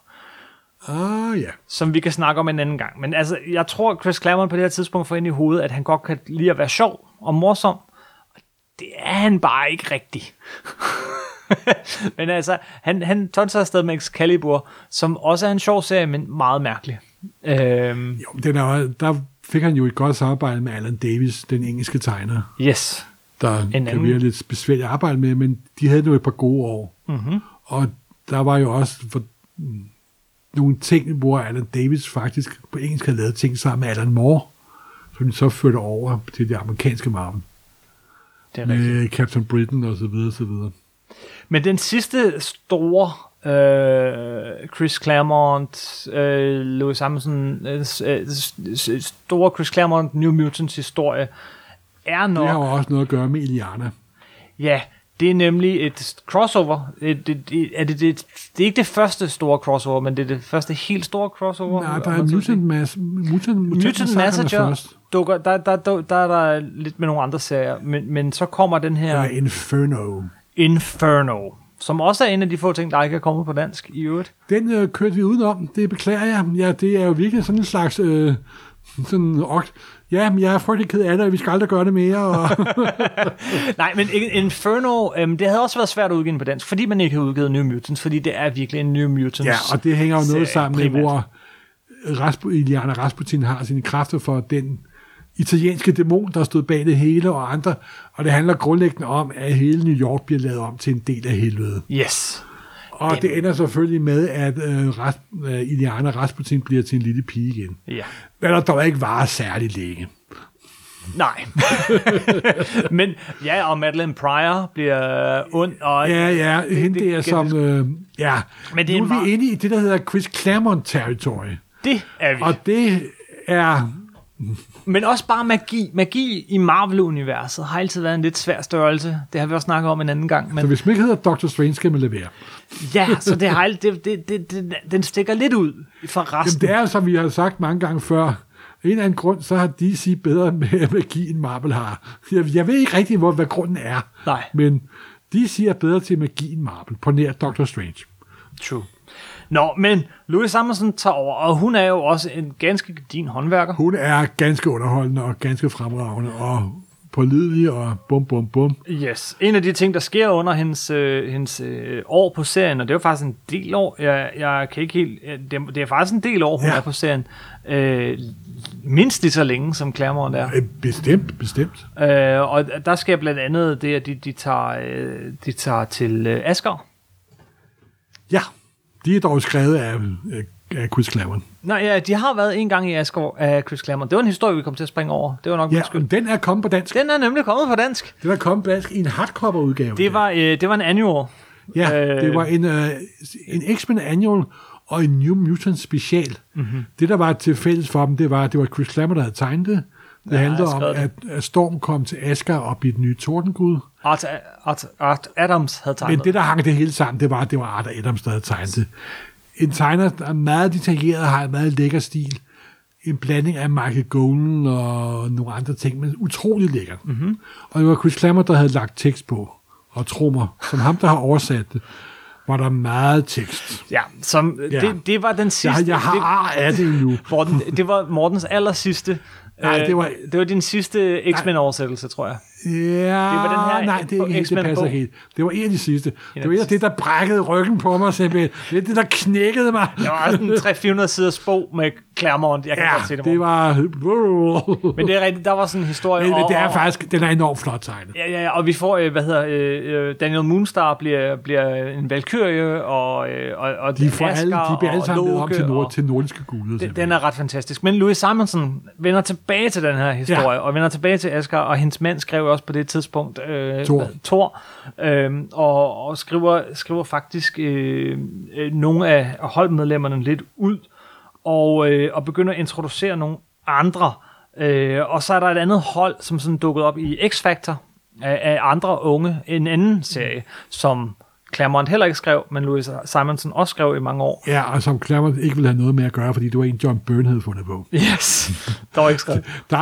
Som vi kan snakke om en anden gang. Men altså, jeg tror, Chris Claremont på det her tidspunkt får ind i hovedet, at han godt kan lide at være sjov og morsom. Og det er han bare ikke rigtig. Men altså, han tonser afsted med Excalibur, som også er en sjov serie, men meget mærkelig. Der fik han jo et godt samarbejde med Alan Davis, den engelske tegner. Yes. Der kan være lidt besværligt at arbejde med, men de havde nu et par gode år. Mm-hmm. Og der var jo også nogle ting, hvor Alan Davis faktisk på engelsk havde lavet ting sammen med Alan Moore, som de så førte over til det amerikanske Marvel. Det er med rigtigt. Captain Britain og så videre. Men den sidste store Chris Claremont, Louis Simonson, store Chris Claremont New Mutants historie er nok... Det har jo også noget at gøre med Illyana. Ja, det er nemlig et crossover. Det er ikke det første store crossover, men det er det første helt store crossover. Nej, der er Mutant Massacre dukker, der er der lidt med nogle andre serier, men så kommer den her... Inferno, som også er en af de få ting, der ikke er kommet på dansk i øvrigt. Den kørte vi udenom, det beklager jeg. Ja, det er jo virkelig sådan en slags... jeg er frygtelig ked af det, og vi skal aldrig gøre det mere. Og Nej, men Inferno, det havde også været svært at udgive den på dansk, fordi man ikke har udgivet New Mutants, fordi det er virkelig en New Mutants. Ja, og det hænger jo noget sammen med, hvor Illyana Rasputin har sine kræfter for den italienske dæmon, der stod bag det hele, og andre. Og det handler grundlæggende om, at hele New York bliver lavet om til en del af helvede. Yes. Og det ender selvfølgelig med, at Iliana Rasputin bliver til en lille pige igen. Ja. Men der dog ikke varer særlig længe. Nej. Men ja, og Madeleine Pryor bliver ond. Og Ja, hende der som... ja, Men det er nu er vi inde i det, der hedder Chris Claremont territory. Det er vi. Og det er... Men også bare magi. Magi i Marvel-universet har altid været en lidt svær størrelse. Det har vi også snakket om en anden gang. Men Så hvis man ikke hedder Doctor Strange, skal man levere. ja, så det har den stikker lidt ud fra resten. Jamen, det er, som vi har sagt mange gange før, en eller anden grund, så har DC bedre med magi, end Marvel har. Jeg ved ikke rigtig, hvad grunden er. Nej. Men DC er bedre til magi end Marvel, på nær Doctor Strange. True. Nå, men Louise Simonson tager over, og hun er jo også en ganske gedigen håndværker. Hun er ganske underholdende og ganske fremragende og pålidelig og bum, bum, bum. Yes. En af de ting, der sker under hendes år på serien, og det er jo faktisk en del år, jeg kan ikke helt... Det er faktisk en del år, hun er på serien. Mindst lige så længe, som Claremont er. Bestemt. Og der sker blandt andet det, at de tager til Asgård. Ja, de er dog skrevet af Chris Claremont. Nej, ja, de har været en gang i Asgård af Chris Claremont. Det var en historie, vi kom til at springe over. Det var nok Ja, den er kommet på dansk. Den er nemlig kommet på dansk. Den er kommet på dansk i en hardcover-udgave. Det var en annual. Ja, det var en X-Men annual og en New Mutants special. Mm-hmm. Det, der var til fælles for dem, det var Chris Claremont, der havde tegnet det. Det handlede om, at Storm kom til Asgard og blev den nye tordengud. Art Adams havde tegnet. Men det, der hang det hele sammen, det var Art Adams, der havde tegnet det. En tegner, der er meget detaljeret, har en meget lækker stil. En blanding af Michael Golden og nogle andre ting, men utrolig lækker. Mm-hmm. Og det var Chris Claremont, der havde lagt tekst på. Og tro mig, som ham, der har oversat det, var der meget tekst. Ja, det var den sidste... Jeg har af det nu. Det var Mortens aller sidste... Nej, det var din sidste X-Men-oversættelse, tror jeg. Ja, det var den her nej, det er ikke helt, det passer helt. Det var en af de sidste. Det var en af det, der brækkede ryggen på mig simpelthen. Det er det, der knækkede mig. Det var sådan en 300-400 siders bog med Claremont. Jeg kan godt se det var... Men det er rigtigt, der var sådan en historie. Men det er faktisk, den er enormt flot tegnet. Ja, og vi får, Daniel Moonstar bliver en valkyrie, og de bliver alle sammen med om til nordiske guder. Den er ret fantastisk. Men Louise Simonson vender tilbage til den her historie, og vender tilbage til Asgard, og hendes mand skrev også på det tidspunkt Thor, og skriver faktisk nogle af holdmedlemmerne lidt ud, og begynder at introducere nogle andre. Og så er der et andet hold, som sådan dukket op i X-Factor af andre unge, en anden serie, som Claremont heller ikke skrev, men Louise Simonson også skrev i mange år. Ja, og som Claremont ikke ville have noget med at gøre, fordi det var en John Byrne havde fundet på. Yes, der var ikke skrevet.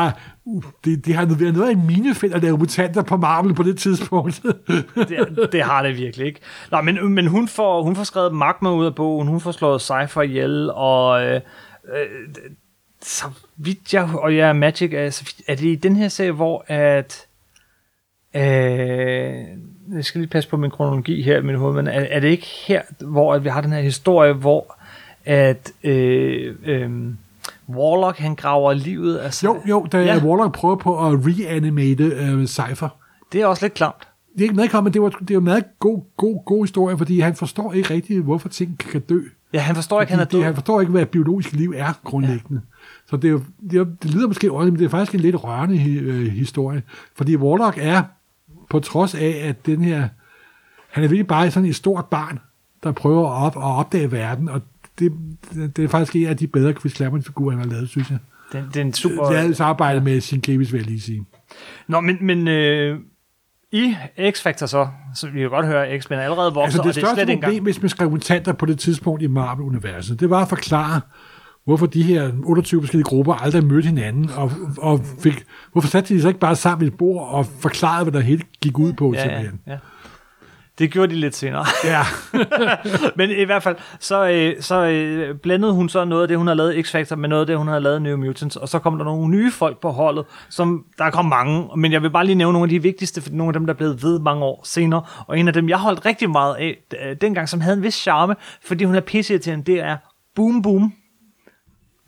Det har været noget af en minefelt at lave mutanter på Marvel på det tidspunkt. det har det virkelig ikke. Nå, men hun får skrevet Magma ud af bogen, hun får slået Cypher ihjel, og så vidt jeg Magic er det i den her serie, hvor at jeg skal lige passe på min kronologi her i min hoved, men er det ikke her, hvor at vi har den her historie, hvor at Warlock, han graver livet af sig? Jo, da Warlock prøver på at reanimate Cypher. Det er også lidt klamt. Det er ikke meget klamt, men det er jo en meget god historie, fordi han forstår ikke rigtigt, hvorfor ting kan dø. Ja, han forstår ikke, han er død. Han forstår ikke, hvad biologisk liv er grundlæggende. Ja. Så det lyder måske ordentligt, men det er faktisk en lidt rørende historie. Fordi Warlock er, på trods af, at den her... Han er virkelig bare sådan et stort barn, der prøver at opdage verden, og det er faktisk en af de bedre Chris Claremont-figurer, han har lavet, synes jeg. Det er en super... Det er samarbejde med sin Gavis, vil jeg lige sige. Nå, men i X-Factor så vi kan godt høre, at X-Men er allerede vokset, altså det største problem, hvis man skrev mutanter på det tidspunkt i Marvel-universet, det var at forklare, hvorfor de her 28 forskellige grupper aldrig mødte hinanden, og hvorfor satte de sig ikke bare sammen i et bord og forklarede, hvad der helt gik ud på, simpelthen. Ja. Det gjorde de lidt senere. Ja. Men i hvert fald, så blandede hun så noget af det, hun havde lavet X-Factor, med noget af det, hun havde lavet New Mutants, og så kom der nogle nye folk på holdet, som der kom mange, men jeg vil bare lige nævne nogle af de vigtigste, for nogle af dem, der er blevet ved mange år senere, og en af dem, jeg holdt rigtig meget af dengang, som havde en vis charme, fordi hun er pisse-irriterende, det er Boom Boom.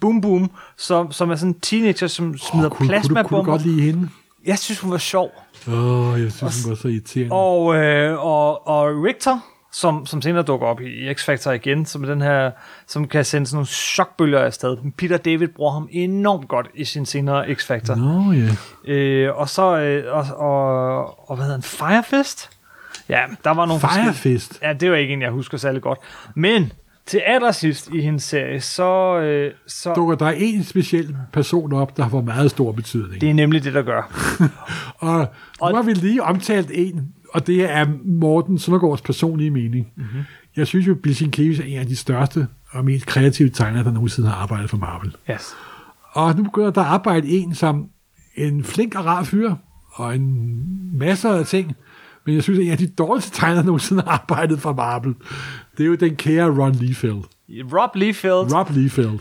Boom Boom, som er sådan en teenager, som smider plasmabomber. Kunne du godt lide hende? Jeg synes, hun var sjov. Jeg synes, hun var så irriterende. Og Richter, som senere dukker op i X-Factor igen, som er den her, som kan sende sådan nogle chokbølger afsted. Peter David bruger ham enormt godt i sin senere X-Factor. Og så, og hvad hedder han? Fire Fist? Ja, der var nogle Fire Fist? Ja, det var ikke en, jeg husker særlig godt. Men til allersidst i hendes serie, så dukker der en speciel person op, der får meget stor betydning. Det er nemlig det, der gør. og nu har vi lige omtalt en, og det er Morten Søndergaards personlige mening. Mm-hmm. Jeg synes jo, Bill Sienkiewicz er en af de største og mest kreative tegnere, der nogensinde har arbejdet for Marvel. Yes. Og nu begynder der at arbejde en som en flink og rar fyr, og en masse af ting, men jeg synes, at en af de dårligste tegnere, der nogensinde har arbejdet for Marvel, det er jo den kære Rob Liefeld,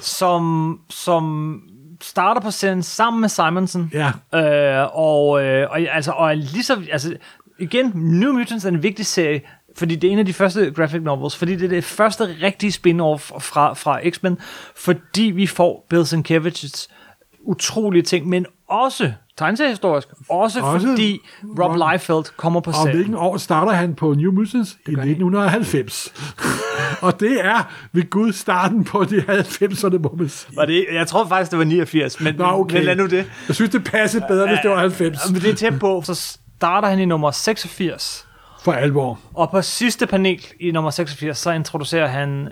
som starter på scenen sammen med Simonson. Ja. Og lige så, altså igen, New Mutants er en vigtig serie, fordi det er en af de første graphic novels, fordi det er det første rigtige spin-off fra X-Men, fordi vi får Bill Sienkiewicz's utrolige ting, men også tegneseriehistorisk, også fordi Rob Liefeld kommer på serien. Og hvilken år starter han på New Mutants? I 1990. Og det er ved Gud starten på de 90'erne, må man sige. Jeg tror faktisk, det var 89, men lad nu det. Jeg synes, det passede bedre, hvis det var 90. Men det er tæt på, så starter han i nummer 86. For alvor. Og på sidste panel i nummer 86, så introducerer han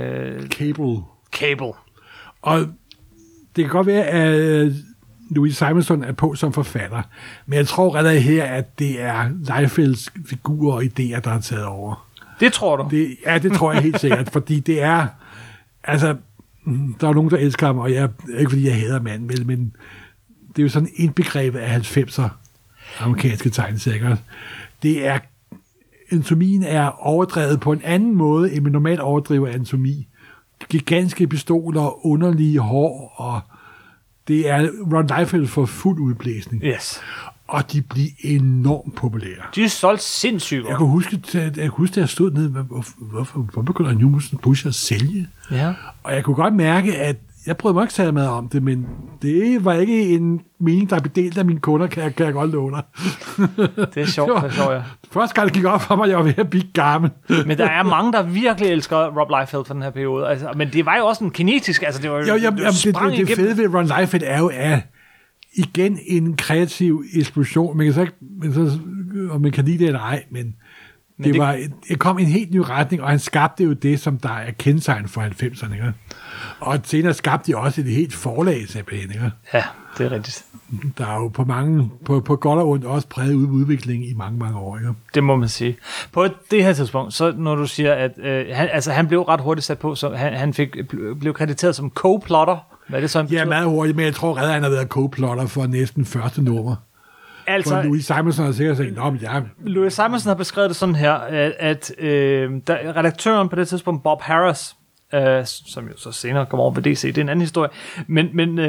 Cable. Og det kan godt være, at Louise Simonson er på som forfatter, men jeg tror allerede her, at det er Liefelds figurer og idéer, der er taget over. Det tror du? Det tror jeg helt sikkert, fordi det er, altså, der er nogen, der elsker ham, og jeg ikke fordi jeg hader manden, men det er jo sådan indbegrebet af 90'er amerikanske tegneserier. Det er, anatomien er overdrevet på en anden måde, end man normalt overdriver anatomi. Gigantiske pistoler, underlige hår, og det er Ron Liefeld for fuld udblæsning. Yes. Og de bliver enormt populære. De er solgt sindssygt. Jeg kan huske, at jeg stod nede, hvorfor begynder New Mutants Pusher at sælge? Ja. Og jeg kunne godt mærke, at jeg prøvede mig ikke tale med om det, men det var ikke en mening, der er bedelt af mine kunder, kan jeg godt love dig. Det er sjovt, det sjovt, ja. Første gang det gik op for mig, jeg var ved at blive gammel. Men der er mange, der virkelig elsker Rob Liefeld for den her periode. Altså, men det var jo også en kinetisk, altså det var det fede ved Ron Liefeld er jo, at igen en kreativ eksplosion. Man kan så ikke, om man kan lide det eller ej, men det kom i en helt ny retning, og han skabte jo det, som der er kendetegn for 90'erne. Ikke? Og senere skabte de også et helt forlag, simpelthen. Ikke? Ja, det er rigtigt. Der er jo på godt og ondt også præget udvikling i mange, mange år. Ikke? Det må man sige. På det her tidspunkt, så når du siger, at han blev ret hurtigt sat på, så han blev krediteret som co-plotter. Hvad er det så? Ja, meget hurtigt, men jeg tror at han har været co-plotter for næsten første nummer. Altså, for Louis Simonson har sikkert sagt, Louis Simonson har beskrevet det sådan her, at redaktøren på det tidspunkt, Bob Harris, som jo så senere kommer over ved DC, det er en anden historie, men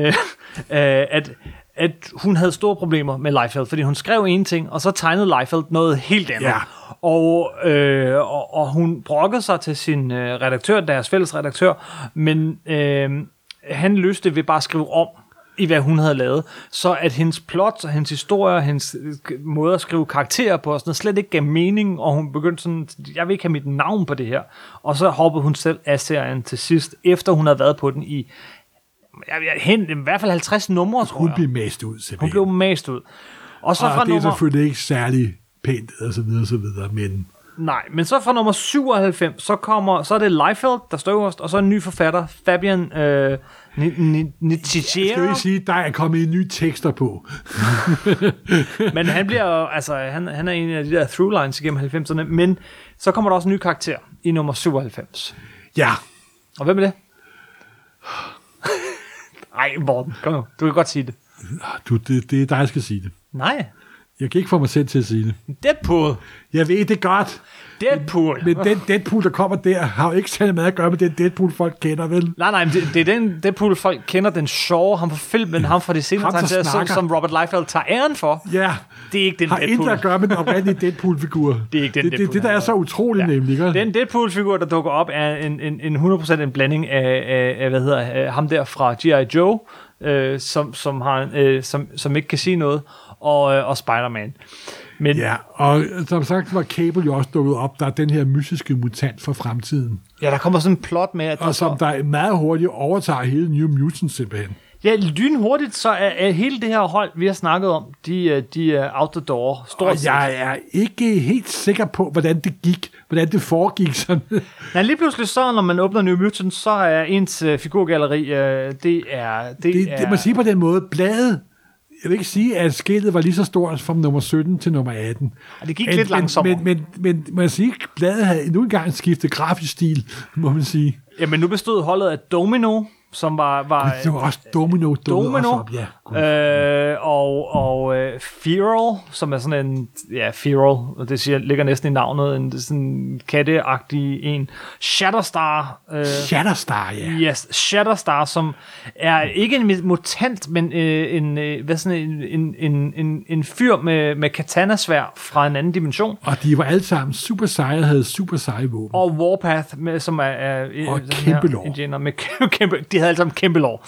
at hun havde store problemer med Liefeld, fordi hun skrev en ting, og så tegnede Liefeld noget helt andet. Ja. Og hun brokkede sig til sin redaktør, deres fælles redaktør, men han løste det ved bare at skrive om i hvad hun havde lavet, så at hendes plot og hendes historie, hendes måde at skrive karakterer på, og sådan noget, slet ikke gav mening, og hun begyndte sådan, jeg vil ikke have mit navn på det her, og så hoppede hun selv af serien til sidst, efter hun havde været på den i hvert fald 50 numre, tror jeg. Hun blev mast ud, simpelthen. Hun blev mast ud. Og så fra det er selvfølgelig ikke særlig pænt, og så videre, men... Nej, men så fra nummer 97, så er det Liefeld, der står øverst, og så en ny forfatter, Fabian Nicieza. Skal vi sige, der er kommet nye tekster på. Men han bliver altså, han er en af de der through-lines igennem 90'erne, men så kommer der også en ny karakter i nummer 97. Ja. Og hvem er det? Ej, Morten, kom nu. Du kan godt sige det. Det er dig, der skal sige det. Nej. Jeg kan ikke få mig selv til at sige det. Deadpool. Jeg ved det godt. Deadpool. Men den Deadpool, der kommer der, har jo ikke særlig meget at gøre med den Deadpool, folk kender, vel? Nej, det er den Deadpool, folk kender, den sjove, ham fra filmen, ham fra de senere tegneserier, som Robert Liefeld tager æren for. Ja. Det er ikke den har Deadpool. Har intet at gøre med den oprindelige Deadpool-figur. Det er ikke den Deadpool. Det, der er så utroligt nemlig, ikke? Den Deadpool-figur, der dukker op, er en 100% en blanding af hvad hedder ham der fra G.I. Joe, som ikke kan sige noget, og Spider-Man. Men, ja, og som sagt var Cable jo også dukket op, der er den her mystiske mutant fra fremtiden. Ja, der kommer sådan en plot med, at og som der meget hurtigt overtager hele New Mutants simpelthen. Ja, lynhurtigt, så er hele det her hold, vi har snakket om, de er out the door. Og jeg er ikke helt sikker på, hvordan det foregik sådan. Ja, lige pludselig så, når man åbner New Mutants, så er ens figurgalleri, det man siger på den måde, bladet, jeg vil ikke sige, at skiltet var lige så stort fra nummer 17 til nummer 18. Og det gik lidt langsommere. Men man siger, at bladet havde nu engang skiftet grafisk stil, må man sige. Jamen, nu bestod holdet af Domino, som var det var også Domino også op, ja. Og Feral, som er sådan en Feral, og det ligger næsten i navnet, en sådan katteagtig en. Shatterstar. Shatterstar, ja. Yes, Shatterstar, som er ikke en mutant, men en fyr med katanasværd fra en anden dimension. Og de var alle sammen super seje, havde super seje våben. Og Warpath, som er og kæmpe lår. De havde alle sammen kæmpe lår.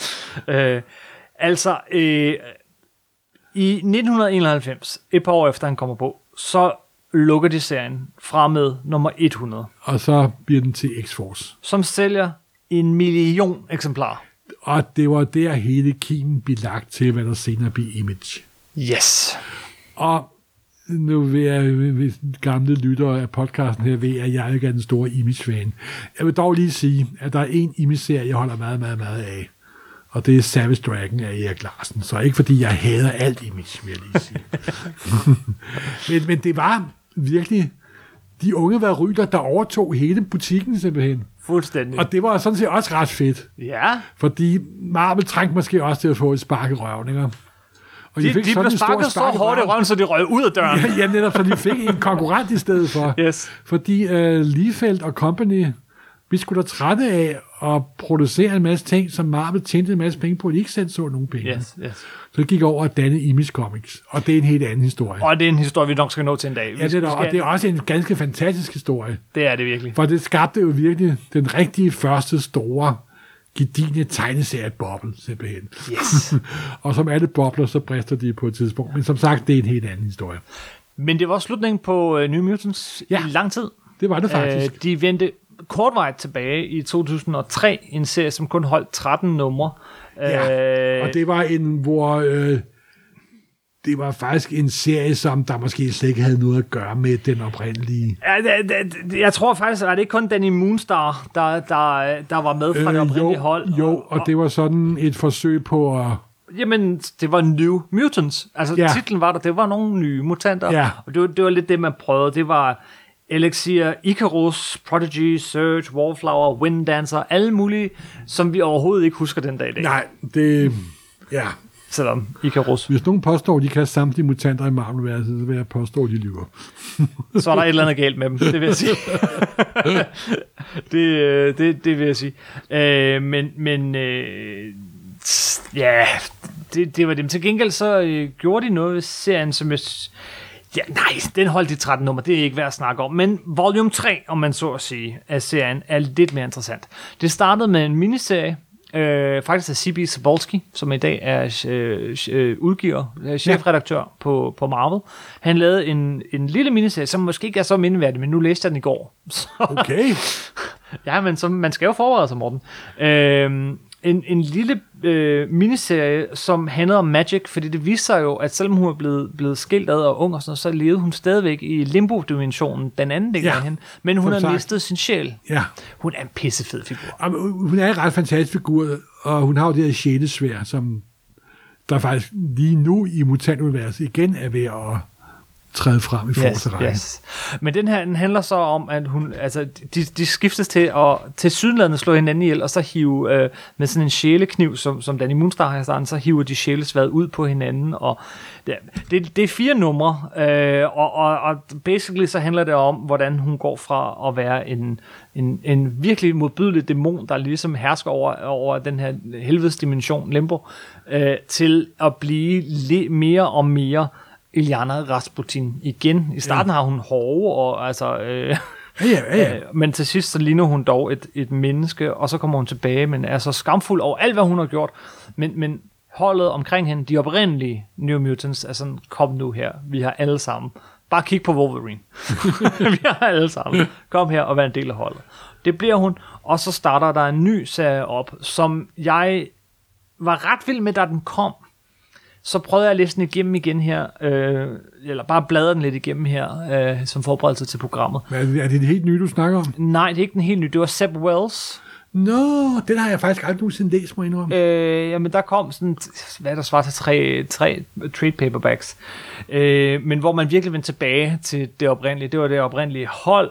I 1991, et par år efter han kommer på, så lukker de serien fra med nummer 100. Og så bliver den til X-Force. Som sælger 1 million eksemplarer. Og det var der hele kimen blev lagt til, hvad der senere blev Image. Yes. Og nu vil jeg, hvis gamle lyttere af podcasten her ved, at jeg ikke er den store Image-fan. Jeg vil dog lige sige, at der er en Image-serie, jeg holder meget, meget, meget af. Og det er Savage Dragon af Erik Larsen. Så ikke fordi jeg hader alt Image, vil jeg lige sige. men det var virkelig de unge varryler, der overtog hele butikken simpelthen. Fuldstændig. Og det var sådan set også ret fedt. Ja. Fordi Marvel trængte måske også til at få et spark i røven, ikke? Og de blev sparket så hårdt i røven, så de røg ud af døren. Ja, netop, så de fik en konkurrent i stedet for. Yes. Fordi Liefeld og Company, vi skulle da trætte af at producere en masse ting, som Marvel tjente en masse penge på, og de ikke selv så nogen penge. Yes. Så det gik over at danne Image Comics, og det er en helt anden historie. Og det er en historie, vi nok skal nå til en dag. Ja, og det er også en ganske fantastisk historie. Det er det virkelig. For det skabte jo virkelig den rigtige første store gedigne tegneserieboble, simpelthen. Yes. Og som alle bobler, så brister de på et tidspunkt. Men som sagt, det er en helt anden historie. Men det var slutningen på New Mutants i lang tid. Det var det faktisk. De vendte kortvejt tilbage i 2003, en serie, som kun holdt 13 numre. Ja, og det var det var faktisk en serie, som der måske slet ikke havde noget at gøre med den oprindelige. Jeg tror faktisk, at det ikke kun Danny Moonstar, der var med fra det oprindelige hold. Jo, og det var sådan et forsøg på at... Jamen, det var New Mutants. Altså, titlen var der, det var nogle nye mutanter. Ja. Og det var lidt det, man prøvede. Det var Elixir, Icarus, Prodigy, Surge, Wallflower, Winddancer, alle mulige, som vi overhovedet ikke husker den dag i dag. Nej, det... Ja. Selvom Icarus. Hvis nogen påstår, de kan samtlige mutanter i Marvel-verset, så vil jeg påstå, de lyver. Så er der et eller andet galt med dem, det vil jeg sige. det vil jeg sige. Det var dem. Til gengæld så gjorde de noget ved serien, som jeg... Ja, nej, den holdt de 13 nummer, det er ikke værd at snakke om. Men volume 3, om man så at sige, af serien, er lidt mere interessant. Det startede med en miniserie, faktisk af C.B. Cebulski, som i dag er udgiver, chefredaktør på Marvel. Han lavede en lille miniserie, som måske ikke er så mindeværdig, men nu læste jeg den i går. Okay. Ja, men man skal jo forberede sig, Morten. En lille miniserie, som handlede om Magic, fordi det viste sig jo, at selvom hun er blevet skilt ad og ung og sådan noget, så levede hun stadigvæk i limbo-dimensionen, den anden del af hende, men hun har mistet sin sjæl. Ja. Hun er en pissefed figur. Hun er en ret fantastisk figur, og hun har jo det her sjælesværd, som der faktisk lige nu i mutantuniverset igen er ved at træde frem i forreste række. Yes. Men den her, den handler så om, at hun, altså, de skiftes til at tilsyneladende slå hinanden ihjel, og så hive med sådan en sjælekniv, som Danny Moonstar har i starten, så hiver de sjælesvad ud på hinanden, og det er 4 numre, og basically så handler det om, hvordan hun går fra at være en virkelig modbydelig dæmon, der ligesom hersker over den her helvedes dimension, Limbo, til at blive mere og mere Illyana Rasputin igen. I starten har hun hove, og altså... men til sidst så ligner hun dog et menneske, og så kommer hun tilbage, men er så skamfuld over alt, hvad hun har gjort. Men holdet omkring hende, de oprindelige New Mutants, er sådan, kom nu her, vi har alle sammen. Bare kig på Wolverine. Vi har alle sammen. Kom her og vær en del af holdet. Det bliver hun, og så starter der en ny serie op, som jeg var ret vild med, da den kom. Så prøvede jeg at læse den igennem igen her, eller bare bladre den lidt igennem her, som forberedelse til programmet. Er det det helt nye, du snakker om? Nej, det er ikke den helt nye. Det var Zeb Wells. Nå, den har jeg faktisk aldrig nogensinde læst, må jeg indrømme. Jamen, der kom sådan, hvad der svarer til tre trade paperbacks. Men hvor man virkelig vendte tilbage til det oprindelige. Det var det oprindelige hold,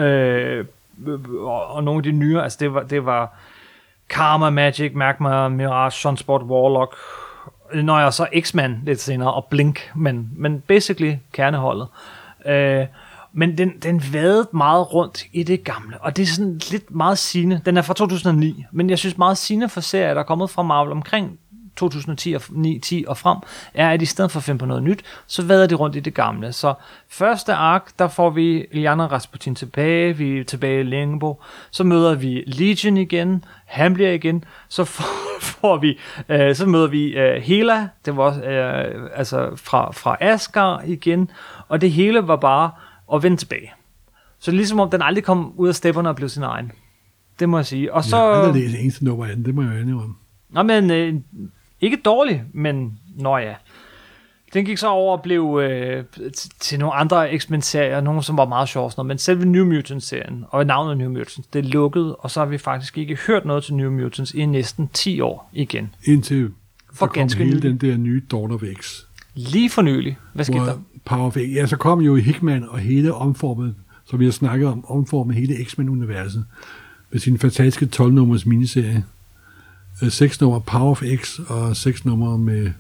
og nogle af de nye, altså det var Karma, Magic, Magma, Mirage, Sunspot, Warlock, når jeg så X-Man lidt senere, og Blink, men basically kerneholdet. Men den vadede meget rundt i det gamle, og det er sådan lidt meget sigende. Den er fra 2009, men jeg synes meget sigende for serier, der er kommet fra Marvel omkring 2010 og 9-10 og frem, er, at i stedet for at finde på noget nyt, så vader de rundt i det gamle. Så første ark, der får vi Illyana Rasputin tilbage, vi er tilbage i Limbo, så møder vi Legion igen, han bliver igen, så så møder vi Hela, det var altså fra Asgard igen, og det hele var bare at vende tilbage. Så ligesom om den aldrig kom ud af stepperne og blev sin egen. Det må jeg sige. Og så... Jeg har aldrig læst eneste nummer af den, det må jeg jo om. Nå, men ikke dårlig, men ja. Den gik så over og blev til nogle andre X-Men-serier, nogle som var meget sjove, men selve New Mutants-serien, og navnet New Mutants, det lukkede, og så har vi faktisk ikke hørt noget til New Mutants i næsten 10 år igen. Indtil for der kom hele den der nye Dawn of X. Lige for nylig. Hvad skete der? Power of X. Ja, så kom jo Hickman og hele omformet, som vi har snakket om, omformet hele X-Men-universet med sin fantastiske 12-nummers miniserie. 6 nummer Power of X og 6 nummer med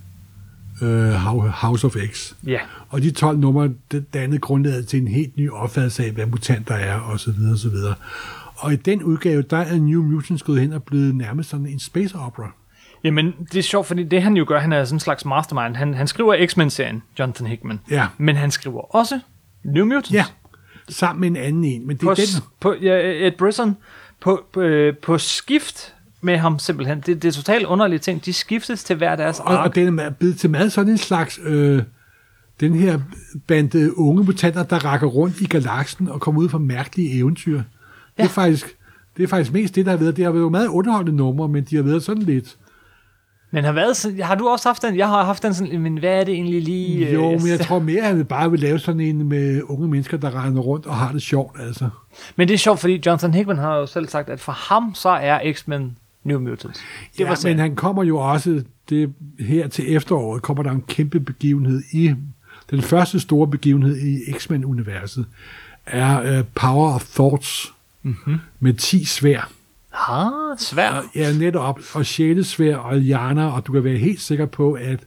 House of X. Ja. Og de 12 numre dannede grundlaget til en helt ny opfattelse af, hvad mutanter er, og så videre, og så videre. Og i den udgave, der er New Mutants gået hen og blevet nærmest sådan en space opera. Jamen, det er sjovt, fordi det han jo gør, han er sådan en slags mastermind. Han skriver X-Men-serien, Jonathan Hickman. Ja. Men han skriver også New Mutants. Ja, sammen med en anden en. Men det er Ed Brisson på skift med ham simpelthen. Det er totalt underlige ting. De skiftes til hver deres ark. Og den er blevet til meget sådan en slags... den her bande unge mutanter, der rækker rundt i galaksen og kommer ud fra mærkelige eventyr. Ja. Det er faktisk mest det, der har været. Det har været jo meget underholdende numre, men de har været sådan lidt... Men har du også haft den? Jeg har haft den sådan, men hvad er det egentlig lige? Jo, men jeg tror mere, at han bare vil lave sådan en med unge mennesker, der render rundt og har det sjovt, altså. Men det er sjovt, fordi Jonathan Hickman har jo selv sagt, at for ham så er X-Men New Mutants. Men han kommer jo også, her til efteråret, kommer der en kæmpe begivenhed i, den første store begivenhed i X-Men-universet, er Power of Thoughts, med 10 svær. Svær. Ja, netop. Og sjælesvær og Illyana, og du kan være helt sikker på, at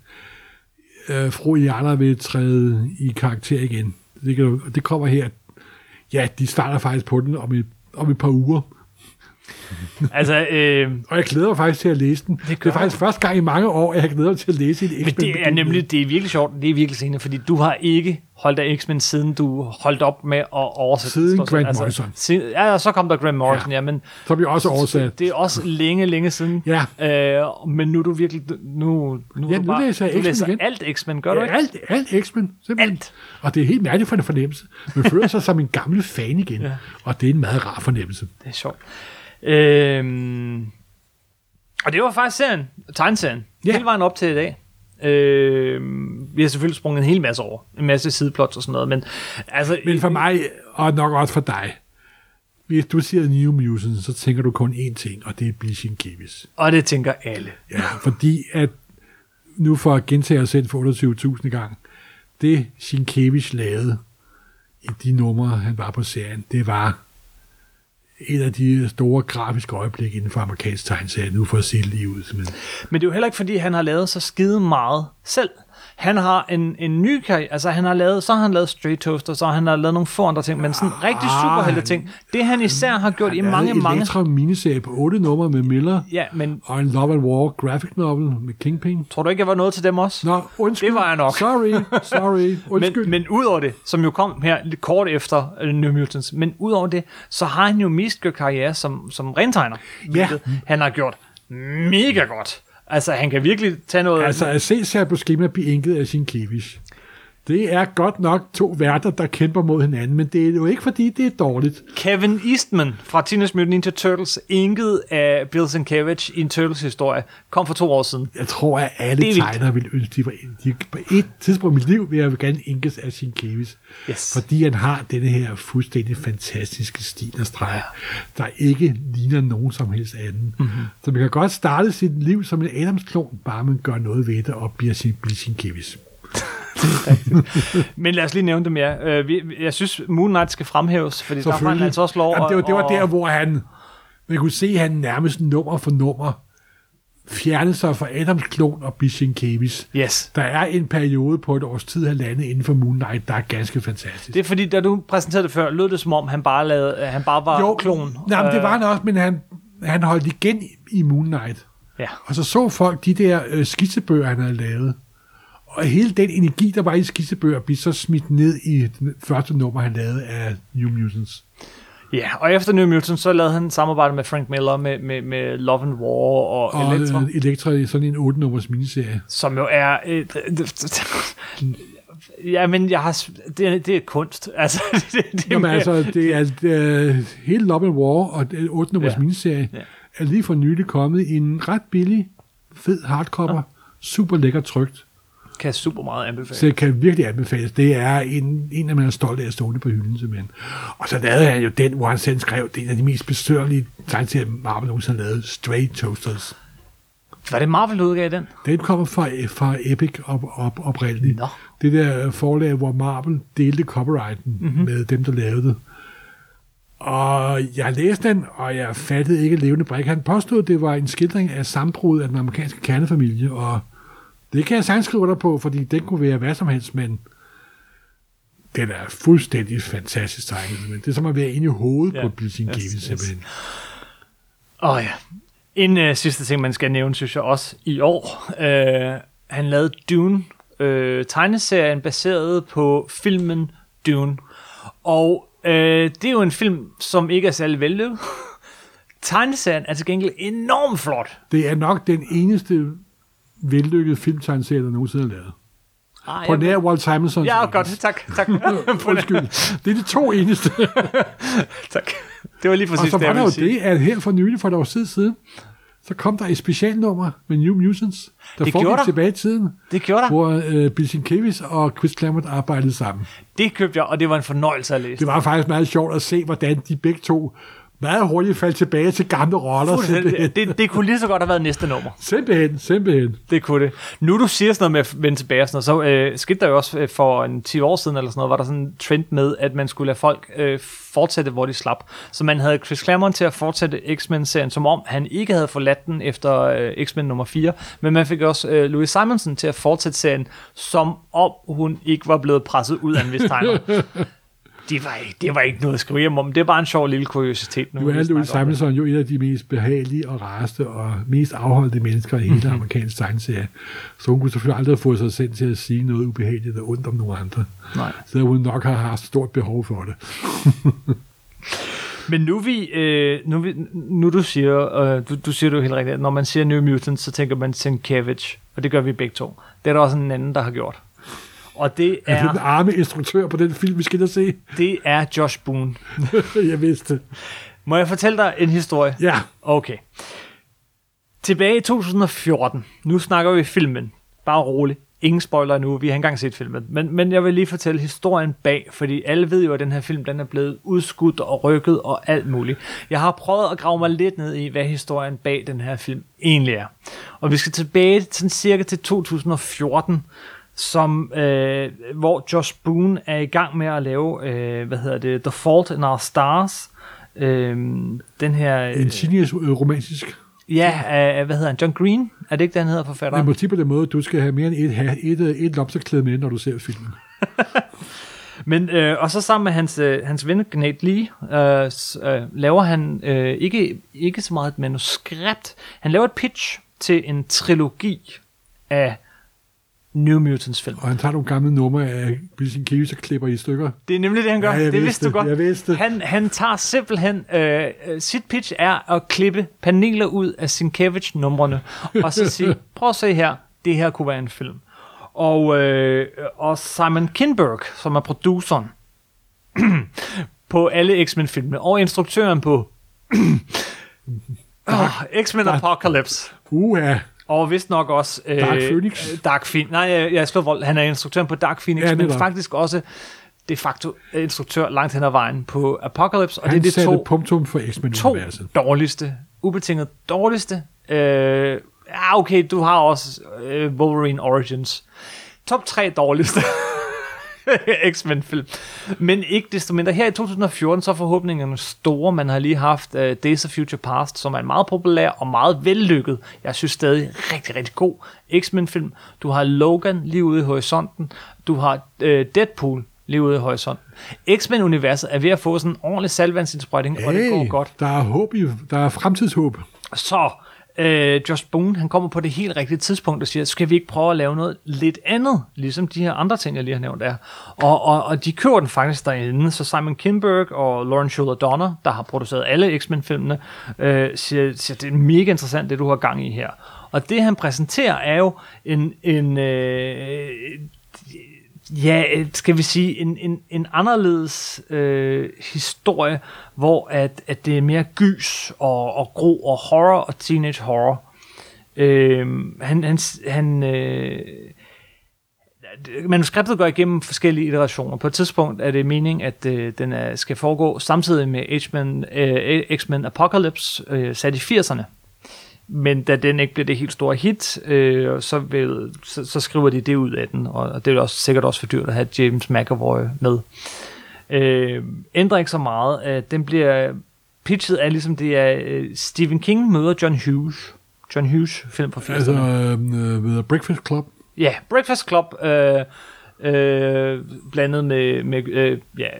fru Illyana vil træde i karakter igen. Det kommer her. Ja, de starter faktisk på den om et par uger. Altså, og jeg glæder mig faktisk til at læse den. Det er faktisk første gang i mange år, jeg glæder mig til at læse en X-Men. Men det er nemlig, det er virkelig sjovt, det er virkelig senere, fordi du har ikke holdt af X-Men, siden du holdt op med at oversætte. Siden Grant Morrison. Så kom der Grant Morrison, ja, men... Så bliver også oversat. Det er også længe siden. Ja. Men nu er du virkelig... Nu læser jeg X-Men igen. Alt X-Men, gør du ikke? Alt X-Men, simpelthen. Alt. Og det er helt mærkeligt for en fornemmelse. Man føler sig som en gammel fan igen, og det er en meget rar fornemmelse. Det er sjovt. Og det var faktisk serien, tegneserien, hele vejen op til i dag. Vi har selvfølgelig sprunget en hel masse over, en masse sideplots og sådan noget, men for mig, og nok også for dig, hvis du siger New Mutants, så tænker du kun én ting, og det er Bleaching Kiwis. Og det tænker alle. Ja, fordi at, nu for at gentage os selv for 28.000 gang, det Sienkiewicz lavede i de numre, han var på serien, det var et af de store grafiske øjeblikke inden for amerikansk tegneserie, nu for at se det lige ud. Simpelthen. Men det er jo heller ikke, fordi han har lavet så skide meget selv. Han har en ny karriere, altså han har lavet Straight Toaster, så han har lavet nogle få andre ting, men sådan rigtig superhelte ting. Det han især har gjort i mange... Elektra miniserie på 8 numre med Miller, og en Love and War graphic novel med Kingpin. Tror du ikke, jeg var noget til dem også? Nå, undskyld. Det var jeg nok. Sorry, undskyld. Men ud over det, som jo kom her lidt kort efter New Mutants, men ud over det, så har han jo mest gjort karriere som rentegner. Ja. Han har gjort mega godt. Altså, han kan virkelig tage noget... Altså, at se sig på skema blive inket af Sienkiewicz. Det er godt nok 2 værter, der kæmper mod hinanden, men det er jo ikke, fordi det er dårligt. Kevin Eastman fra Teenage Mutant Ninja Turtles, inket af Bill Sienkiewicz i en Turtles-historie, kom for 2 år siden. Jeg tror, at alle tegnere ville ønske, de på et tidspunkt i mit liv vil jeg gerne inkes af Sienkiewicz. Yes. Fordi han har denne her fuldstændig fantastiske stil og streg, der ikke ligner nogen som helst anden. Mm-hmm. Så man kan godt starte sit liv som en Adams-klon, bare man gør noget ved det og bliver Sienkiewicz. Men lad os lige nævne det mere. Jeg synes, Moon Knight skal fremhæves, fordi der får han altså også lov. Jamen, det var der, hvor man kunne se, at han nærmest nummer for nummer fjernede sig fra Adams klon og Sienkiewicz. Yes. Der er en periode på et års tid, halvandet inden for Moon Knight, der er ganske fantastisk. Det er fordi, da du præsenterede det før, lød det som om, han bare var klon. Nej, det var han også, men han holdt igen i Moon Knight. Ja. Og så folk de der skitsebøger, han havde lavet. Og hele den energi, der var i skitsebøger, blev så smidt ned i den første nummer, han lavede af New Mutants. Ja, og efter New Mutants, så lavede han samarbejde med Frank Miller med Love and War og Elektra. Elektra i sådan en 8-nummers miniserie. Som jo er... ja, men det er kunst. Altså, det er hele Love and War og 8-nummers miniserie er lige for nylig kommet i en ret billig, fed hardcover. Super lækker trykt. Kan super meget anbefales. Så det kan virkelig anbefales. Det er en af mine stolte af stående på hylden, simpelthen. Og så lavede han jo den, hvor han selv skrev, det er en af de mest besøgerlige tegneserier, Marvel nogensinde har lavet, Straight Toasters. Var det Marvel, der udgav den? Den kommer fra Epic oprindeligt. No. Det der forlag, hvor Marvel delte copyrighten med dem, der lavede det. Og jeg læste den, og jeg fattede ikke levende brik. Han påstod, at det var en skildring af sammenbruddet af den amerikanske kernefamilie, og det kan jeg sagtens skrive dig på, fordi den kunne være hvad som helst, men den er fuldstændig fantastisk tegnet. Men det er som at være inde i hovedet på Bill Sienkiewicz, simpelthen. Ja. En sidste ting, man skal nævne, synes jeg også, i år. Han lavede Dune, tegneserien baseret på filmen Dune. Og det er jo en film, som ikke er særlig vellykket. Tegneserien er til gengæld enormt flot. Det er nok den eneste vellykket filmtegneserie, der nogensinde er lavet. På nær Walt Simonson. Ja, godt. Tak. Undskyld. Det er de 2 eneste. Tak. Det var lige præcis det, jeg ville sige. Og så var det, at her for nylig, for et års tid siden, så kom der et specialnummer med New Mutants, der foregik tilbage i tiden. Det gjorde der. Hvor Bill Sienkiewicz og Chris Claremont arbejdede sammen. Det købte jeg, og det var en fornøjelse at læse. Det var faktisk meget sjovt at se, hvordan de begge to meget hurtigt faldt tilbage til gamle roller. Det kunne lige så godt have været næste nummer. Simpelthen. Det kunne det. Nu du siger sådan noget med at vende tilbage og sådan noget, så skete der jo også for 10 år siden eller sådan noget, var der sådan en trend med, at man skulle lade folk fortsætte, hvor de slap. Så man havde Chris Claremont til at fortsætte X-Men-serien, som om han ikke havde forladt den efter X-Men nummer 4, men man fik også Louise Simonson til at fortsætte serien, som om hun ikke var blevet presset ud af en vis tegner. Det var ikke noget at skrive hjem om. Det er bare en sjov lille kuriositet. Nu er Louise Simonson jo en af de mest behagelige og rareste og mest afholdte mennesker i hele amerikansk tegneserie. Så hun kunne selvfølgelig aldrig få sig selv til at sige noget ubehageligt og ondt om nogle andre. Nej. Så hun nok har haft stort behov for det. Men nu du siger, du siger det jo helt rigtigt, at når man siger New Mutants, så tænker man Sienkiewicz, og det gør vi begge to. Det er der også en anden, der har gjort. Og det er den arme instruktør på den film, vi skal da se. Det er Josh Boone. Jeg vidste. Må jeg fortælle dig en historie? Ja. Okay. Tilbage i 2014. Nu snakker vi filmen. Bare roligt. Ingen spoiler nu. Vi har engang set filmen. Men jeg vil lige fortælle historien bag, fordi alle ved jo, at den her film den er blevet udskudt og rykket og alt muligt. Jeg har prøvet at grave mig lidt ned i, hvad historien bag den her film egentlig er. Og vi skal tilbage sådan cirka til 2014, hvor Josh Boone er i gang med at lave, The Fault in Our Stars. Den her... En genius romantisk. Ja, hvad hedder han? John Green? Er det ikke det, han hedder, forfatteren? Jeg må sige på den måde, du skal have mere end et lobsterklæde med, når du ser filmen. Men, og så sammen med hans ven, Nate Lee, laver han ikke så meget et manuskript. Han laver et pitch til en trilogi af New Mutants-film. Og han tager nogle gamle numre af Bill Cage og klipper i stykker. Det er nemlig det, han gør. Ja, det vidste du godt. Jeg vidste. Han tager simpelthen... sit pitch er at klippe paneler ud af Sienkiewicz-numrene, og så sige, prøv at se her, det her kunne være en film. Og Simon Kinberg, som er produceren på alle X-Men-filmene, og instruktøren på X-Men Apocalypse. Og vist nok også Dark Phoenix. Jeg slår vold. Han er instruktøren på Dark Phoenix, men faktisk også de facto instruktør langt hen ad vejen på Apocalypse. Og han det er de punktum for X-Men-universet. Dårligste, ubetinget dårligste. Okay, du har også Wolverine Origins. Top 3 dårligste X-Men-film. Men ikke desto mindre. Her i 2014, så er forhåbningerne store. Man har lige haft Days of Future Past, som er en meget populær og meget vellykket. Jeg synes stadig rigtig, rigtig god X-Men-film. Du har Logan lige ude i horisonten. Du har Deadpool lige ude i horisonten. X-Men-universet er ved at få sådan en ordentlig saltvandsindsprøjtning, og det går godt. Der er håb der er fremtidshåb. Så Josh Boone, han kommer på det helt rigtige tidspunkt og siger, skal vi ikke prøve at lave noget lidt andet, ligesom de her andre ting, jeg lige har nævnt er. Og de kører den faktisk derinde, så Simon Kinberg og Lauren Shuler Donner, der har produceret alle X-Men-filmene, siger, det er mega interessant, det du har gang i her. Og det han præsenterer er jo skal vi sige, en anderledes historie, hvor at det er mere gys og gro og horror og teenage horror. Manuskriptet går igennem forskellige iterationer. På et tidspunkt er det meningen, at den skal foregå samtidig med X-Men Apocalypse, sat i 80'erne. Men da den ikke bliver det helt store hit, så skriver de det ud af den, og det er også sikkert også for dyrt at have James McAvoy med. Ændrer ikke så meget. Den bliver pitchet af, ligesom det er Stephen King møder John Hughes. John Hughes film på 80'erne. Altså Breakfast Club? Ja, Breakfast Club blandet med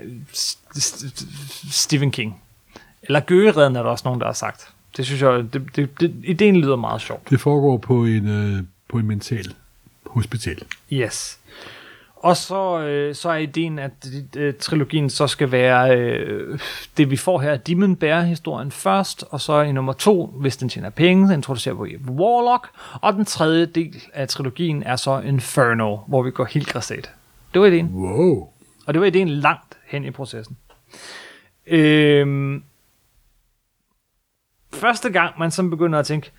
Stephen King. Eller Gøgeredden er der også nogen, der har sagt. Det synes jeg, ideen lyder meget sjovt. Det foregår på en mental hospital. Yes. Og så er ideen, at trilogien så skal være det, vi får her, Demon Bear-historien først, og så i nummer 2, hvis den tjener penge, så introducerer vi Warlock, og den tredje del af trilogien er så Inferno, hvor vi går helt græsat. Det var ideen. Wow. Og det var ideen langt hen i processen. Første gang, man så begynder at tænke,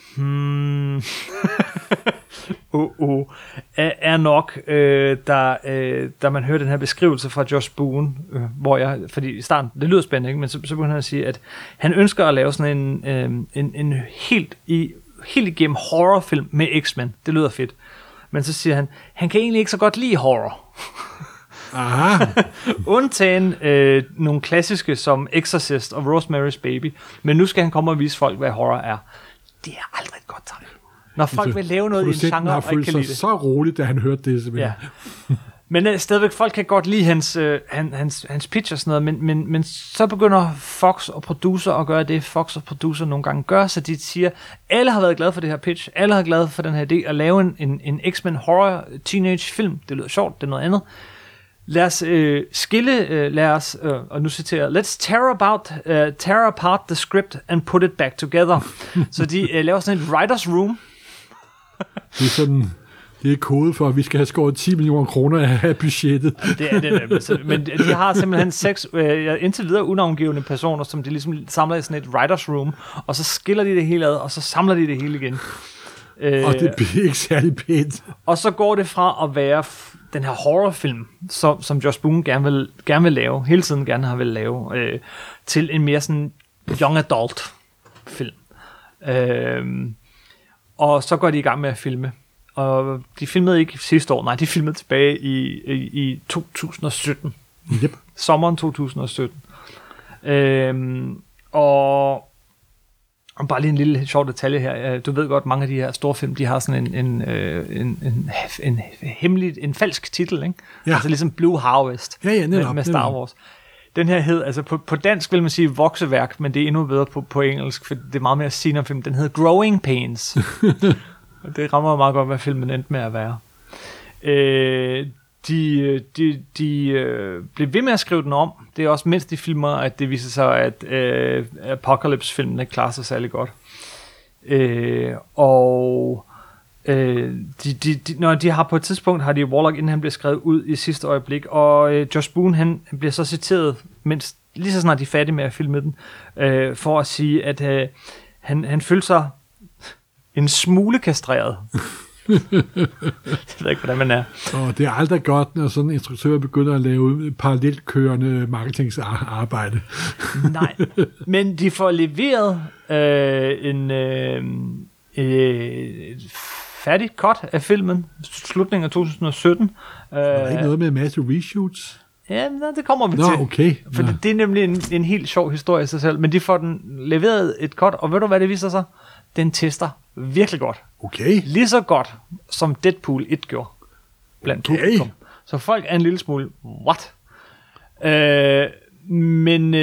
er nok, da man hører den her beskrivelse fra Josh Boone, fordi i starten, det lyder spændende, ikke? Men så begynder han at sige, at han ønsker at lave sådan en helt igennem horrorfilm med X-Men. Det lyder fedt. Men så siger han kan egentlig ikke så godt lide horror. Aha. Undtagen nogle klassiske som Exorcist og Rosemary's Baby, men nu skal han komme og vise folk, hvad horror er. Det er aldrig et godt tegn. Når folk vil lave noget i en genre, og ikke kan lide det. Så roligt, da han hørte det. Simpelthen. Ja. Men stadigvæk, folk kan godt lide hans pitch og sådan noget, men så begynder Fox og producer at gøre det, Fox og producer nogle gange gør, så de siger, alle har været glade for det her pitch, alle har været glade for den her idé, at lave en X-Men horror teenage film. Det lyder sjovt, det er noget andet. Lad os og nu citerer jeg, let's tear apart the script and put it back together. Så de laver sådan et writer's room. Det er sådan, det er kode for, at vi skal have skåret 10 millioner kroner af budgettet. Det er det. Men de har simpelthen 6 indtil videre unavngivende personer, som de ligesom samler i sådan et writer's room, og så skiller de det hele ad, og så samler de det hele igen. Og det bliver ikke særlig pænt. Og så går det fra at være den her horrorfilm, som Josh Boone gerne vil lave, hele tiden gerne har vil lave, til en mere sådan young adult film. Og så går de i gang med at filme. og de filmede ikke sidste år, nej, de filmede tilbage i 2017. Yep. Sommeren 2017. Og bare lige en lille sjov detalje her. Du ved godt, mange af de her store film, de har sådan en falsk titel, ikke? Ja. Altså ligesom Blue Harvest med Star Wars. Den her hed, altså på dansk vil man sige vokseværk, men det er endnu bedre på engelsk, for det er meget mere scenerfilm. Den hedder Growing Pains. Og det rammer meget godt, hvad filmen endte med at være. De blev ved med at skrive den om. Det er også mens de filmer, at det viser sig, at Apocalypse-filmen ikke klarer sig særlig godt. Når de har på et tidspunkt, har de Warlock, inden han bliver skrevet ud i sidste øjeblik, og Josh Boone, han bliver så citeret, mens lige så snart de er færdige med at filme den, for at sige, at han følte sig en smule kastreret. Jeg ved ikke, hvordan man er. Og det er aldrig godt, når sådan en instruktør begynder at lave parallelt kørende marketingsarbejde. Nej, men de får leveret færdig cut af filmen, slutningen af 2017. Er der ikke noget med en masse reshoots? Ja, det kommer vi til. Okay. For det er nemlig en helt sjov historie i sig selv, men de får den leveret et cut, og ved du, hvad det viser sig? Den tester virkelig godt. Okay. Lige så godt, som Deadpool 1 gjorde blandt publikum. Så folk er en lille smule, what? Men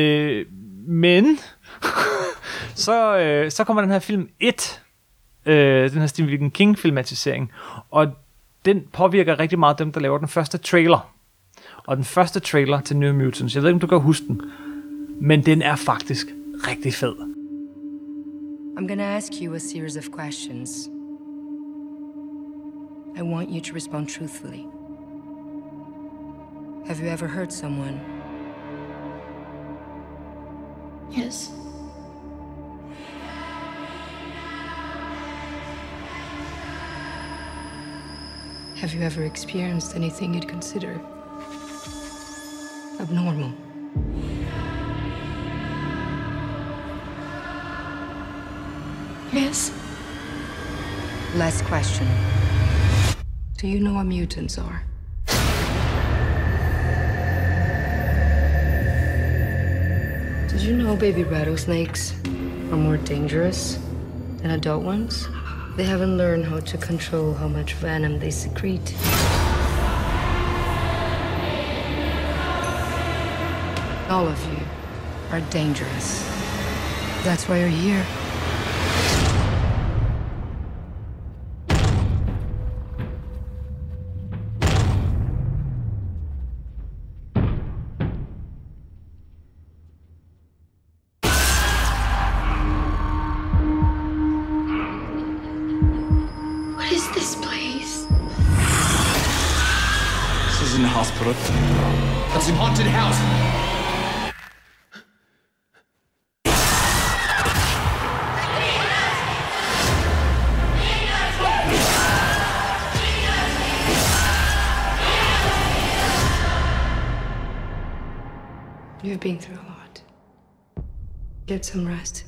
så kommer den her film 1, den her Stephen King-filmatisering, og den påvirker rigtig meget dem, der laver den første trailer. Og den første trailer til New Mutants, jeg ved ikke, om du kan huske den, men den er faktisk rigtig fed. I'm going to ask you a series of questions. I want you to respond truthfully. Have you ever hurt someone? Yes. Have you ever experienced anything you'd consider abnormal? Yes. Last question. Do you know what mutants are? Did you know baby rattlesnakes are more dangerous than adult ones? They haven't learned how to control how much venom they secrete. All of you are dangerous. That's why you're here. What is this place? This isn't a hospital. It's a haunted house. You've been through a lot. Get some rest.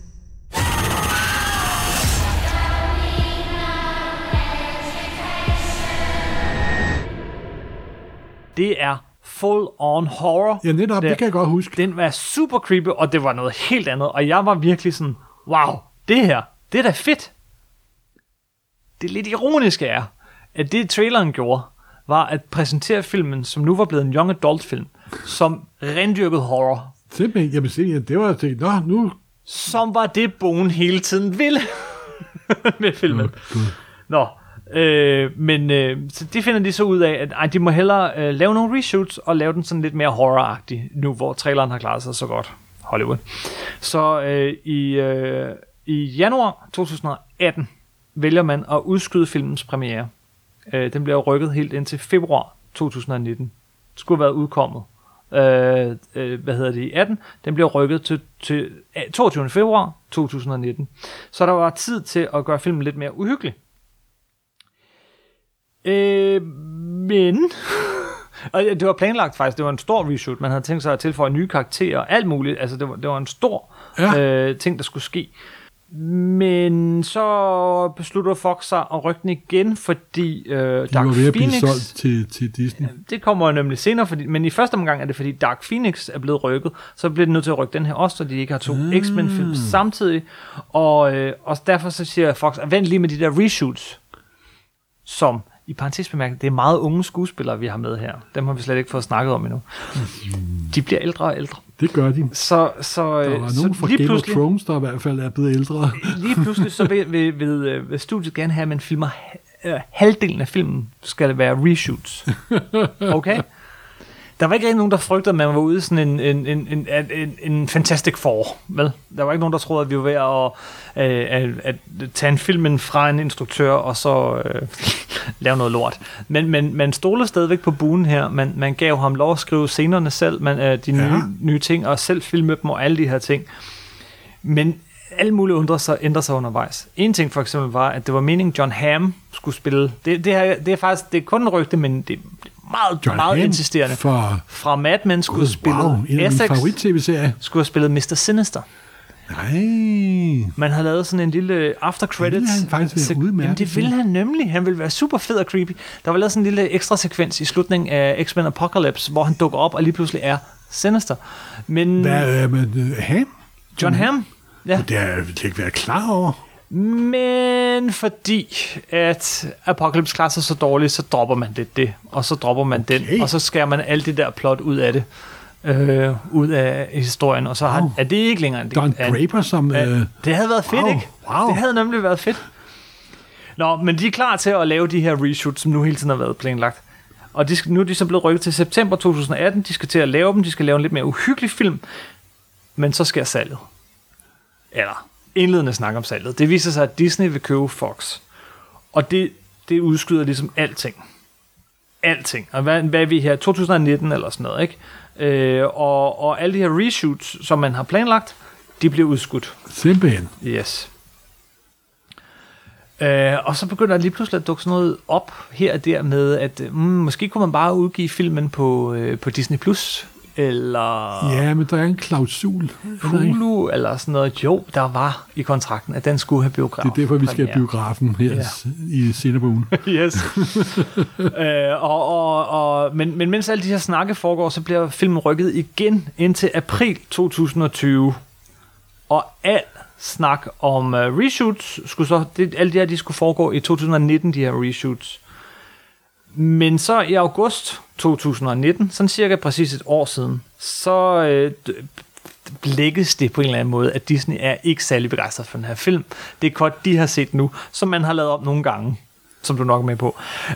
Det er full-on horror. Ja, netop, det kan jeg godt huske. Den var super creepy, og det var noget helt andet. Og jeg var virkelig sådan, wow, det her, det er da fedt. Det lidt ironiske er, at det traileren gjorde, var at præsentere filmen, som nu var blevet en young adult film, som rendyrket horror. Simpelthen, jeg vil sige, at det var tænkt, nu... Som var det, Boone hele tiden ville med filmen. Så det finder de så ud af, at de må hellere lave nogle reshoots og lave den sådan lidt mere horror-agtig, nu hvor traileren har klaret sig så godt. Hollywood. Så i januar 2018 vælger man at udskyde filmens premiere. Den bliver rykket helt ind til februar 2019. Det skulle have været udkommet. 18. Den bliver rykket til 22. februar 2019. Så der var tid til at gøre filmen lidt mere uhyggelig. Men og det var planlagt faktisk. Det var en stor reshoot. Man havde tænkt sig at tilføje nye karakterer og alt muligt. Altså det var en stor ting, der skulle ske. Men så beslutter Fox sig at rykke den igen, fordi Dark var ved at blive Phoenix... solgt til Disney. Det kommer nemlig senere, men i første omgang er det, fordi Dark Phoenix er blevet rykket, så bliver det nødt til at rykke den her også, så de ikke har 2 X-Men-film samtidig. Og derfor så siger Fox, vent lige med de der reshoots, som i parentes bemærket, det er meget unge skuespillere, vi har med her. Dem har vi slet ikke fået snakket om endnu. De bliver ældre og ældre. Det gør de. Så der var nogen fra Game of Thrones, der i hvert fald er blevet ældre. Lige pludselig så vil studiet gerne have, at man filmer halvdelen af filmen skal være reshoots. Okay? Der var ikke rigtig nogen, der frygtede, at man var ude i sådan en Fantastic Four. Vel? Der var ikke nogen, der troede, at vi var ved at tage en filmen fra en instruktør, og så lave noget lort. Men man stolede stadigvæk på bunen her. Man gav ham lov at skrive scenerne selv, de nye ting, og selv filme dem og alle de her ting. Men alle mulige ændrer sig undervejs. En ting for eksempel var, at det var meningen, John Hamm skulle spille. Det er faktisk, det er kun en rygte, men det er meget insisterende. Fra Mad Men skulle spille Essex, skulle have spillet Mr. Sinister. Nej. Man har lavet sådan en lille after credits. Jamen, det ville han nemlig. Han ville være super fed og creepy. Der var lavet sådan en lille ekstra sekvens i slutningen af X-Men Apocalypse, hvor han dukker op og lige pludselig er Sinister. Men Hamm? John Hamm? Ja. Det har jeg ikke været klar over. Men fordi at Apocalypse klarer sig så dårligt, så dropper man det, og så dropper man den, og så skærer man alt det der plot ud af det, ud af historien, og så er det ikke længere en del. Don Draper som... det havde været fedt, ikke? Wow. Det havde nemlig været fedt. Nå, men de er klar til at lave de her reshoots, som nu hele tiden har været planlagt. Og nu er de så blevet rykket til september 2018. De skal til at lave dem. De skal lave en lidt mere uhyggelig film. Men så sker salget. Eller indledende snak om salget. Det viser sig, at Disney vil købe Fox. Og det udskyder ligesom alting. Alting. Og hvad er vi her? 2019 eller sådan noget, ikke? Og alle de her reshoots, som man har planlagt, de bliver udskudt. Simpelthen. Yes. Og så begynder der lige pludselig at dukke sådan noget op her og der med, at måske kunne man bare udgive filmen på Disney+, eller... Ja, men der er en klausul. Hulu, eller sådan noget. Jo, der var i kontrakten, at den skulle have biograf. Det er derfor, vi skal have biografen her i senere på ugen. Yes. Men mens alle de her snakke foregår, så bliver filmen rykket igen indtil april 2020. Og al snak om reshoots skulle så... Alle de her, de skulle foregå i 2019, de her reshoots. Men så i august 2019, sådan cirka præcis et år siden, så blækkes det på en eller anden måde, at Disney er ikke særlig begejstret for den her film. Det er godt, de har set nu, som man har lavet op nogle gange, som du nok er med på.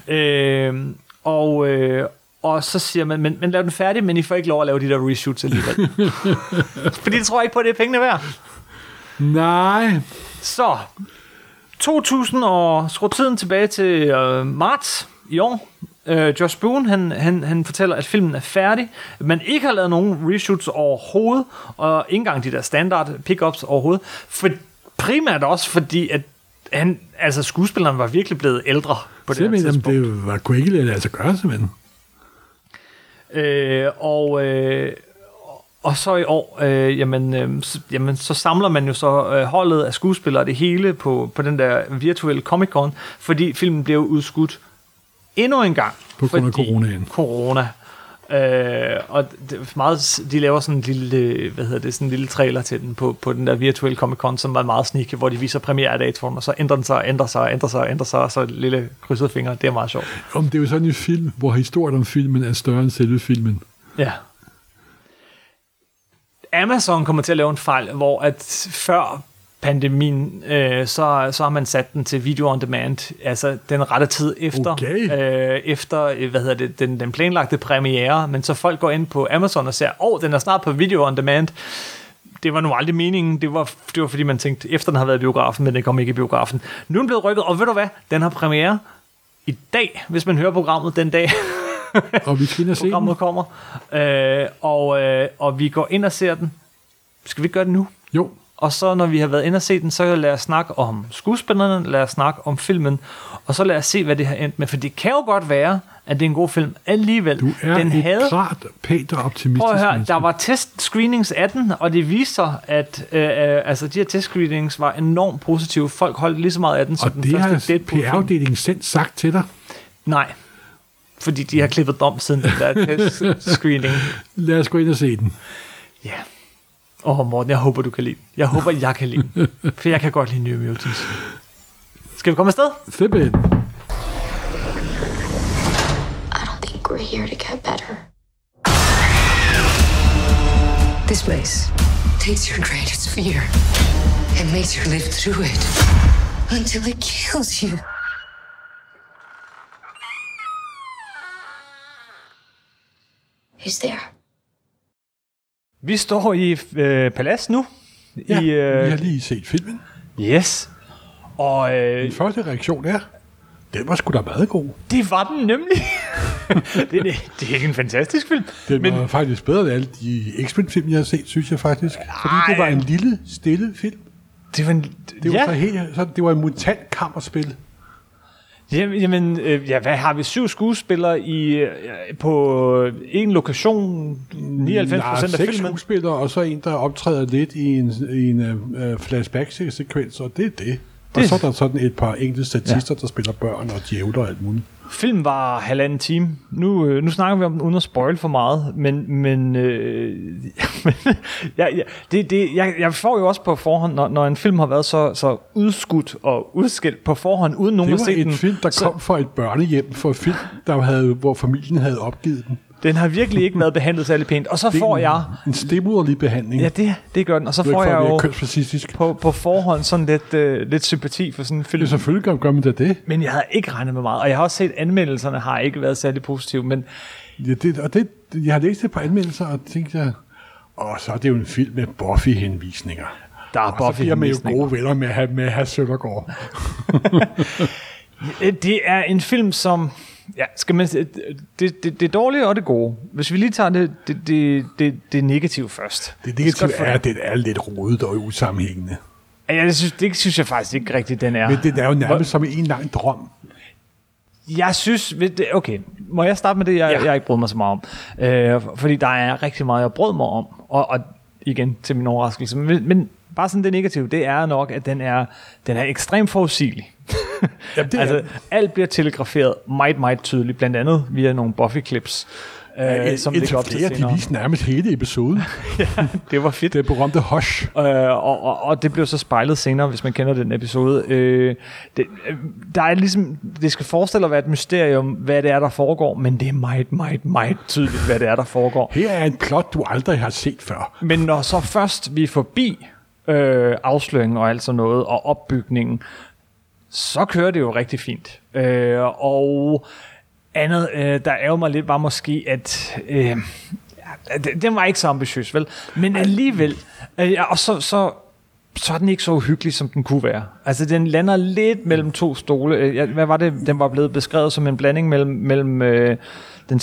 Og så siger man, men lav den færdig, men I får ikke lov at lave de der reshoots alligevel. Fordi det tror jeg ikke på, at det er pengene værd. Nej. Så, 2000 og skru tiden tilbage til marts i år. Josh Boone, han fortæller, at filmen er færdig. Man ikke har lavet nogen reshoots overhovedet, og ikke engang de der standard pickups overhovedet. For primært også fordi, at skuespilleren var virkelig blevet ældre på det her tidspunkt. Det kunne ikke lade sig gøre, simpelthen. Og så i år, så samler man jo så holdet af skuespillere det hele på den der virtuelle Comic-Con, fordi filmen blev udskudt endnu en gang. På grund af coronaen. Corona. Og de laver sådan en lille, sådan en lille trailer til den på den der virtuelle Comic-Con, som var meget sneaky, hvor de viser premieredatoen, og så ændrer den sig, og så et lille krydset finger. Det er meget sjovt. Det er jo sådan en film, hvor historien om filmen er større end selve filmen. Ja. Amazon kommer til at lave en fejl, hvor at før pandemien, så har man sat den til video on demand, altså den rette tid efter, efter den planlagte premiere, men så folk går ind på Amazon og siger, den er snart på video on demand. Det var nu aldrig meningen, det var fordi man tænkte, efter den har været i biografen, men den kom ikke i biografen. Nu er den blevet rykket, og ved du hvad, den har premiere i dag, hvis man hører programmet den dag. Og vi skal ind og se programmet kommer. Og vi går ind og ser den. Skal vi gøre det nu? Jo. og så når vi har været inde og set den, så lad os snakke om skuespillerne, lad os snakke om filmen, og så lad os se, hvad det har endt med. For det kan jo godt være, at det er en god film alligevel. Du er den klart pænt og optimistisk. Prøv at høre, menneske. der var test-screenings af den, og det viser, at altså, de her test-screenings var enormt positive. Folk holdt lige så meget af den, som og den første det har PR-afdelingen selv sagt til dig. Nej, fordi de har klippet om siden den der test-screening. Lad os gå ind og se den. Ja. Morten, jeg håber, du kan lide den. Jeg håber, jeg kan lide den. For jeg kan godt lide New Mutants. Skal vi komme afsted? Simpelthen. I don't think we're here to get better. This place takes your greatest fear and makes you live through it until it kills you. Who's there? Vi står i Palads nu. Ja, vi har lige set filmen. Yes. Og Min første reaktion er, den var sgu da meget god. det var den nemlig. det er ikke en fantastisk film. Den var faktisk bedre end alle de X-Men-film, jeg har set, synes jeg faktisk. Fordi det var en lille, stille film. Det var en, Det var, det var en mutant-kammerspil. Jamen, hvad har vi? 7 skuespillere på en lokation, 99% af 6 filmen. skuespillere, og så en, der optræder lidt i en flashback-sekvens, og det er det. Og så er der sådan et par enkelte statister, der spiller børn og djævler og alt muligt. Film var 1,5 time. Nu snakker vi om den uden at spoil for meget, men jeg får jo også på forhånd, når en film har været så udskudt og udskilt på forhånd, uden nogen at se den. Det var en film, der kom fra et børnehjem for en film, hvor familien havde opgivet den. Den har virkelig ikke været behandlet særlig pænt. Og så får jeg en stemmerlig behandling. Ja, det gør den. Og så får jeg jo på forhånd sådan lidt sympati for sådan en film. Det er selvfølgelig gør man det. Men jeg havde ikke regnet med meget. Og jeg har også set, anmeldelserne har ikke været særlig positive. Men ja, jeg har læst det på anmeldelser, og tænkte jeg, så er det jo en film med Buffy-henvisninger. Der er Buffy-henvisninger. Og så bliver man jo gode venner med at have Søndergaard. Det er en film, som... Ja, skal man det dårlige og det gode. Hvis vi lige tager det negative først. Det negative er, at det er lidt rodet og usammenhængende. Ja, det synes jeg faktisk ikke rigtigt, den er. Men det er jo nærmest som en lang drøm. Jeg synes... Okay, må jeg starte med det, jeg ikke brød mig så meget om? Fordi der er rigtig meget, jeg brød mig om. Og igen, til min overraskelse. Men bare sådan det negative, det er nok, at den er ekstremt forudsigelig. Jamen, altså, alt bliver telegraferet meget, meget tydeligt, blandt andet via nogle Buffy-clips. Som ligger op til senere. De viste nærmest hele episoden. Ja, det var fedt. Det berømte Hush. Og det blev så spejlet senere, hvis man kender den episode. Der er ligesom, det skal forestille at være et mysterium, hvad det er, der foregår, men det er meget, meget, meget tydeligt, hvad det er, der foregår. Her er en plot, du aldrig har set før. Men når så først vi er forbi afsløringen og alt sådan noget, og opbygningen, så kører det jo rigtig fint. Og andet, der ærger mig lidt, var måske, at den var ikke så ambitiøs, vel? Men alligevel, og så er den ikke så uhyggelig, som den kunne være. Altså, den lander lidt mellem 2 stole. Hvad var det? Den var blevet beskrevet som en blanding mellem den,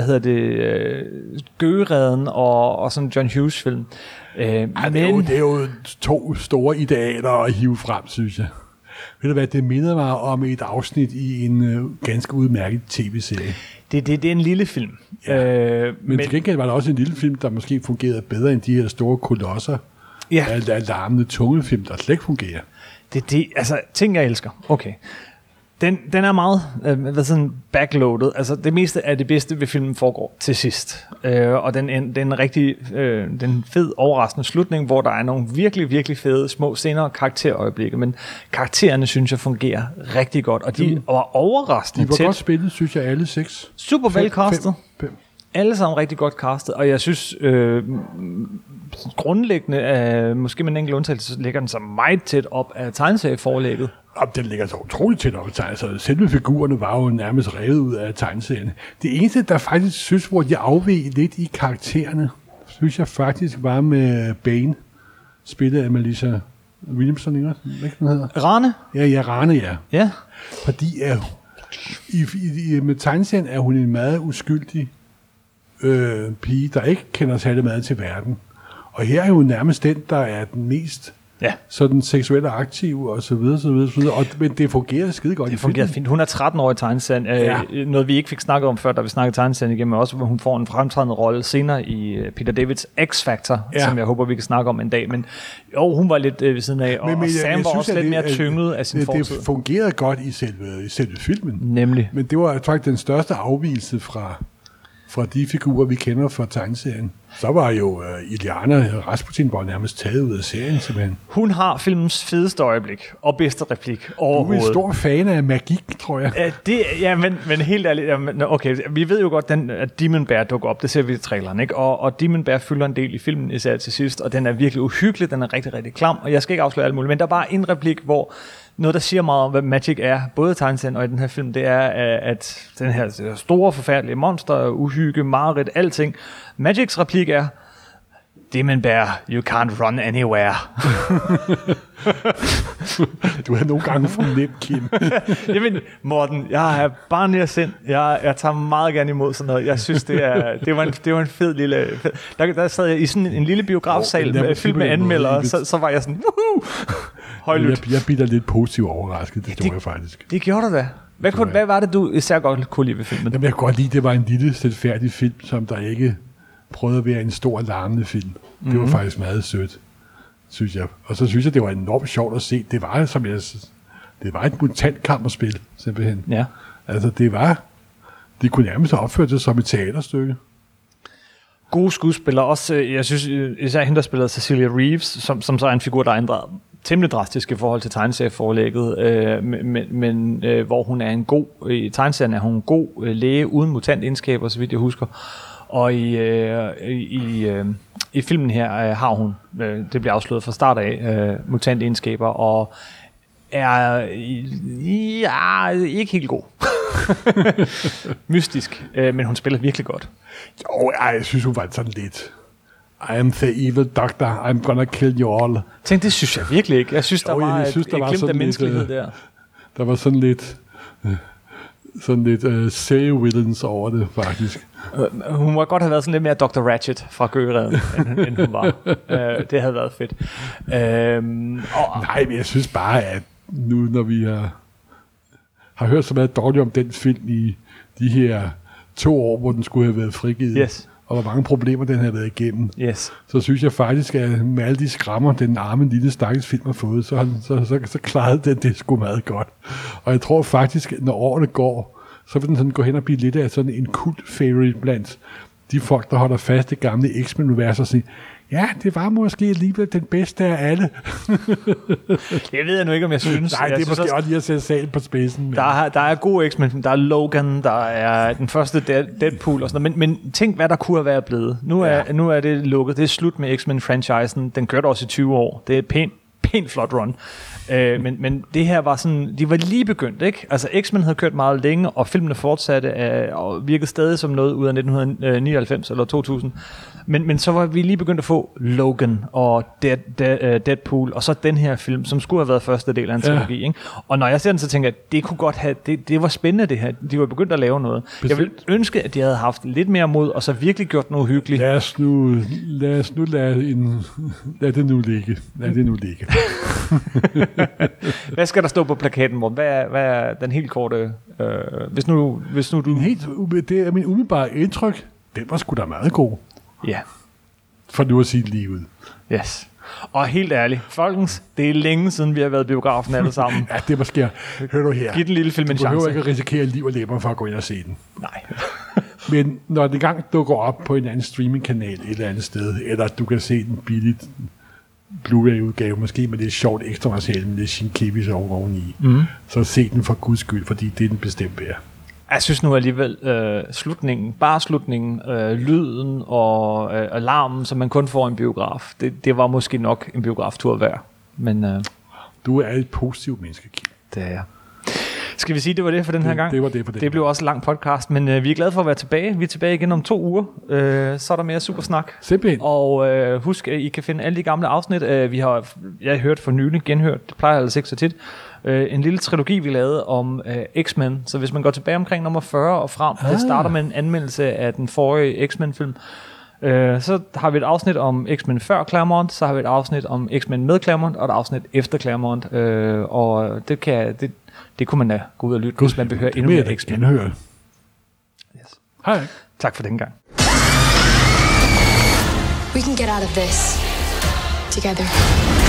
Gøgereden og sådan John Hughes film. Det er jo 2 store idealer at hive frem, synes jeg. Ved du hvad, det minder mig om et afsnit i en ganske udmærket tv-serie. Det er en lille film. Ja. Men til gengæld var der også en lille film, der måske fungerede bedre end de her store kolosser. Ja. Af larmende tunge film, der slet ikke fungerer. Altså, ting jeg elsker. Okay. Den er meget sådan backloaded. Altså, det meste af det bedste ved filmen foregår til sidst. Og den rigtig den fed, overraskende slutning, hvor der er nogle virkelig, virkelig fede små scener og karakterøjeblikke. Men karaktererne, synes jeg, fungerer rigtig godt. Og de var overraskende tæt. De var godt spillet, synes jeg, alle 6. Super vel castet. Alle sammen rigtig godt castet. Og jeg synes, grundlæggende, måske med en enkelt undtagelse, så ligger den så meget tæt op af tegneserieforlægget. Den ligger så utroligt tæt op af tegneserien. Selve figurerne var jo nærmest revet ud af tegneserien. Det eneste, der faktisk synes, hvor de afveg lidt i karaktererne, synes jeg faktisk var med Bane, spillet af Melissa Williamson, ikke? Hvad kan den hedder? Rane? Ja, Rane, ja. Ja. Fordi med tegneserien er hun en meget uskyldig pige, der ikke kender særlig meget til verden. Og her er jo nærmest den, der er den mest Ja. Sådan seksuelle aktiv og så videre, så videre, så videre. Men det fungerede skide godt. Det fungerede fint. Hun er 13 år i tegneserien. Noget vi ikke fik snakket om før, da vi snakkede tegneserien igennem, også hvor hun får en fremtrædende rolle senere i Peter Davids X-Factor, som jeg håber, vi kan snakke om en dag. Men jo, hun var lidt ved siden af, og Sam var også lidt mere tynget af sin fortid. Det fungerede godt i selve filmen. Nemlig. Men det var faktisk den største afvigelse fra de figurer, vi kender fra tegneserien. Så var jo Iliana Rasputin bare nærmest taget ud af serien, simpelthen. Hun har filmens fedeste øjeblik og bedste replik overhovedet. Du er en stor fan af magik, tror jeg. Men helt ærligt, okay, vi ved jo godt, at Demon Bear dukker op, det ser vi i traileren, ikke? Og Demon Bear fylder en del i filmen, især til sidst, og den er virkelig uhyggelig, den er rigtig, rigtig klam, og jeg skal ikke afsløre alt muligt, men der er bare en replik, hvor noget, der siger meget om, hvad magic er, både i tegneserien og i den her film, det er, at den her store, forfærdelige monster, uhygge, mareridt, alting. Magics replik er, Demon Bear, you can't run anywhere. Du har nogle gange fornemt, Kim. Jamen, Morten, jeg er barnlig af sind. Jeg tager meget gerne imod sådan noget. Jeg synes, det var en fed lille... Der sad jeg i sådan en lille biografsal med film med anmeldere, så var jeg sådan, woohoo! Højlydt. Jeg bliver lidt positivt overrasket, det gjorde jeg faktisk. Det gjorde du da. Hvad var det, du især godt kunne lide ved filmen? Jamen, jeg kunne godt lide, det var en lille, selvfærdig film, som der ikke prøvede at være en stor, larmende film. Det var faktisk meget sødt, synes jeg. Og så synes jeg, det var enormt sjovt at se. Det var, det var et mutantkammerspil, simpelthen. Ja. Altså, det kunne nærmest have opført sig som et teaterstykke. Gode skuespillere. Også, jeg synes, især hende, der spillede Cecilia Reeves, som så er en figur, der er ændret temmelig drastisk i forhold til tegneserieforlægget, men hvor hun er en god, i tegneserien er hun en god læge uden mutantegenskaber, så vidt jeg husker. Og i filmen her har hun, det bliver afsløret fra start af, mutantegenskaber, og er ikke helt god. Mystisk, men hun spiller virkelig godt. Jo, jeg synes, hun var sådan lidt... I am the evil doctor, I'm gonna kill you all. Tænk, det synes jeg virkelig ikke. Jeg synes, der var et glimt af menneskelighed der. Der var sådan lidt serial-villains over det, faktisk. Hun må godt have været sådan lidt mere Dr. Ratchet fra Gøgereden, end hun var. Det havde været fedt. Nej, men jeg synes bare, at nu, når vi har hørt så meget dårligt om den film i de her 2 år, hvor den skulle have været frigivet, yes, og hvor mange problemer den har været igennem, yes, så synes jeg faktisk, at med alle de skrammer, den arme lille stakkels film har fået, så klarede den det sgu meget godt. Og jeg tror faktisk, at når årene går, så vil den sådan gå hen og blive lidt af sådan en kult favorite blandt de folk, der holder fast i gamle X-Men-universer og siger, ja, det var måske alligevel den bedste af alle. Det ved jeg nu ikke, om jeg synes. Nej, det er måske også lige at sætte sagen på spidsen. Der er gode X-Men, der er Logan, der er den første Deadpool og sådan noget. Men tænk, hvad der kunne have været blevet. Nu er det lukket. Det er slut med X-Men-franchisen. Den kørte også i 20 år. Det er et pænt flot run. Men det her var sådan, de var lige begyndt, ikke? Altså X-Men havde kørt meget længe, og filmene fortsatte og virkede stadig som noget ud af 1999 eller 2000. Men så var vi lige begyndt at få Logan og Deadpool, og så den her film, som skulle have været første del af en trilogi, ikke? Og når jeg ser den, så tænker jeg, at det kunne godt have, det var spændende det her. De var begyndt at lave noget. Bestemt. Jeg ville ønske, at de havde haft lidt mere mod, og så virkelig gjort noget hyggeligt. Lad os nu lad det nu ligge. Hvad skal der stå på plakaten, Morten? Hvad er den helt korte... Hvis nu du... Det er min umiddelbare indtryk. Den var sgu da meget god. Ja. For nu at sige det lige ud. Yes. Og helt ærligt, folkens, det er længe siden, vi har været i biografen alle sammen. Ja, det måske... Hør du her. Giv den lille film en chance. Du behøver ikke at risikere liv og lemmer for at gå ind og se den. Nej. Men når det gang dukker op på en anden streamingkanal et eller andet sted, eller du kan se den billigt Blu-ray-udgave, måske med lidt sjovt ekstra materiale, med lidt Shinkevis oveni, så se den for guds skyld, fordi det er den bestemt værd. Jeg synes nu alligevel, slutningen, lyden og alarmen, som man kun får i en biograf, det var måske nok en biograftur værd. Men, du er et positivt menneske, Kim. Det er jeg. Skal vi sige, det var det for den her gang? Det var det for den. Det blev også en lang podcast, men vi er glade for at være tilbage. Vi er tilbage igen om 2 uger. Så er der mere Supersnak. Simpelthen. Og husk, I kan finde alle de gamle afsnit. Jeg har hørt for nylig, genhørt, det plejer altså ikke så tit. En lille trilogi, vi lavede om X-Men. Så hvis man går tilbage omkring nummer 40 og frem, det starter med en anmeldelse af den forrige X-Men-film. Så har vi et afsnit om X-Men før Claremont, så har vi et afsnit om X-Men med Claremont, og et afsnit efter Claremont. Og det kunne man da gå ud og lytte, hvis man vil høre endnu mere X-Men. Yes. Hej. Tak for den gang. We can get out of this together.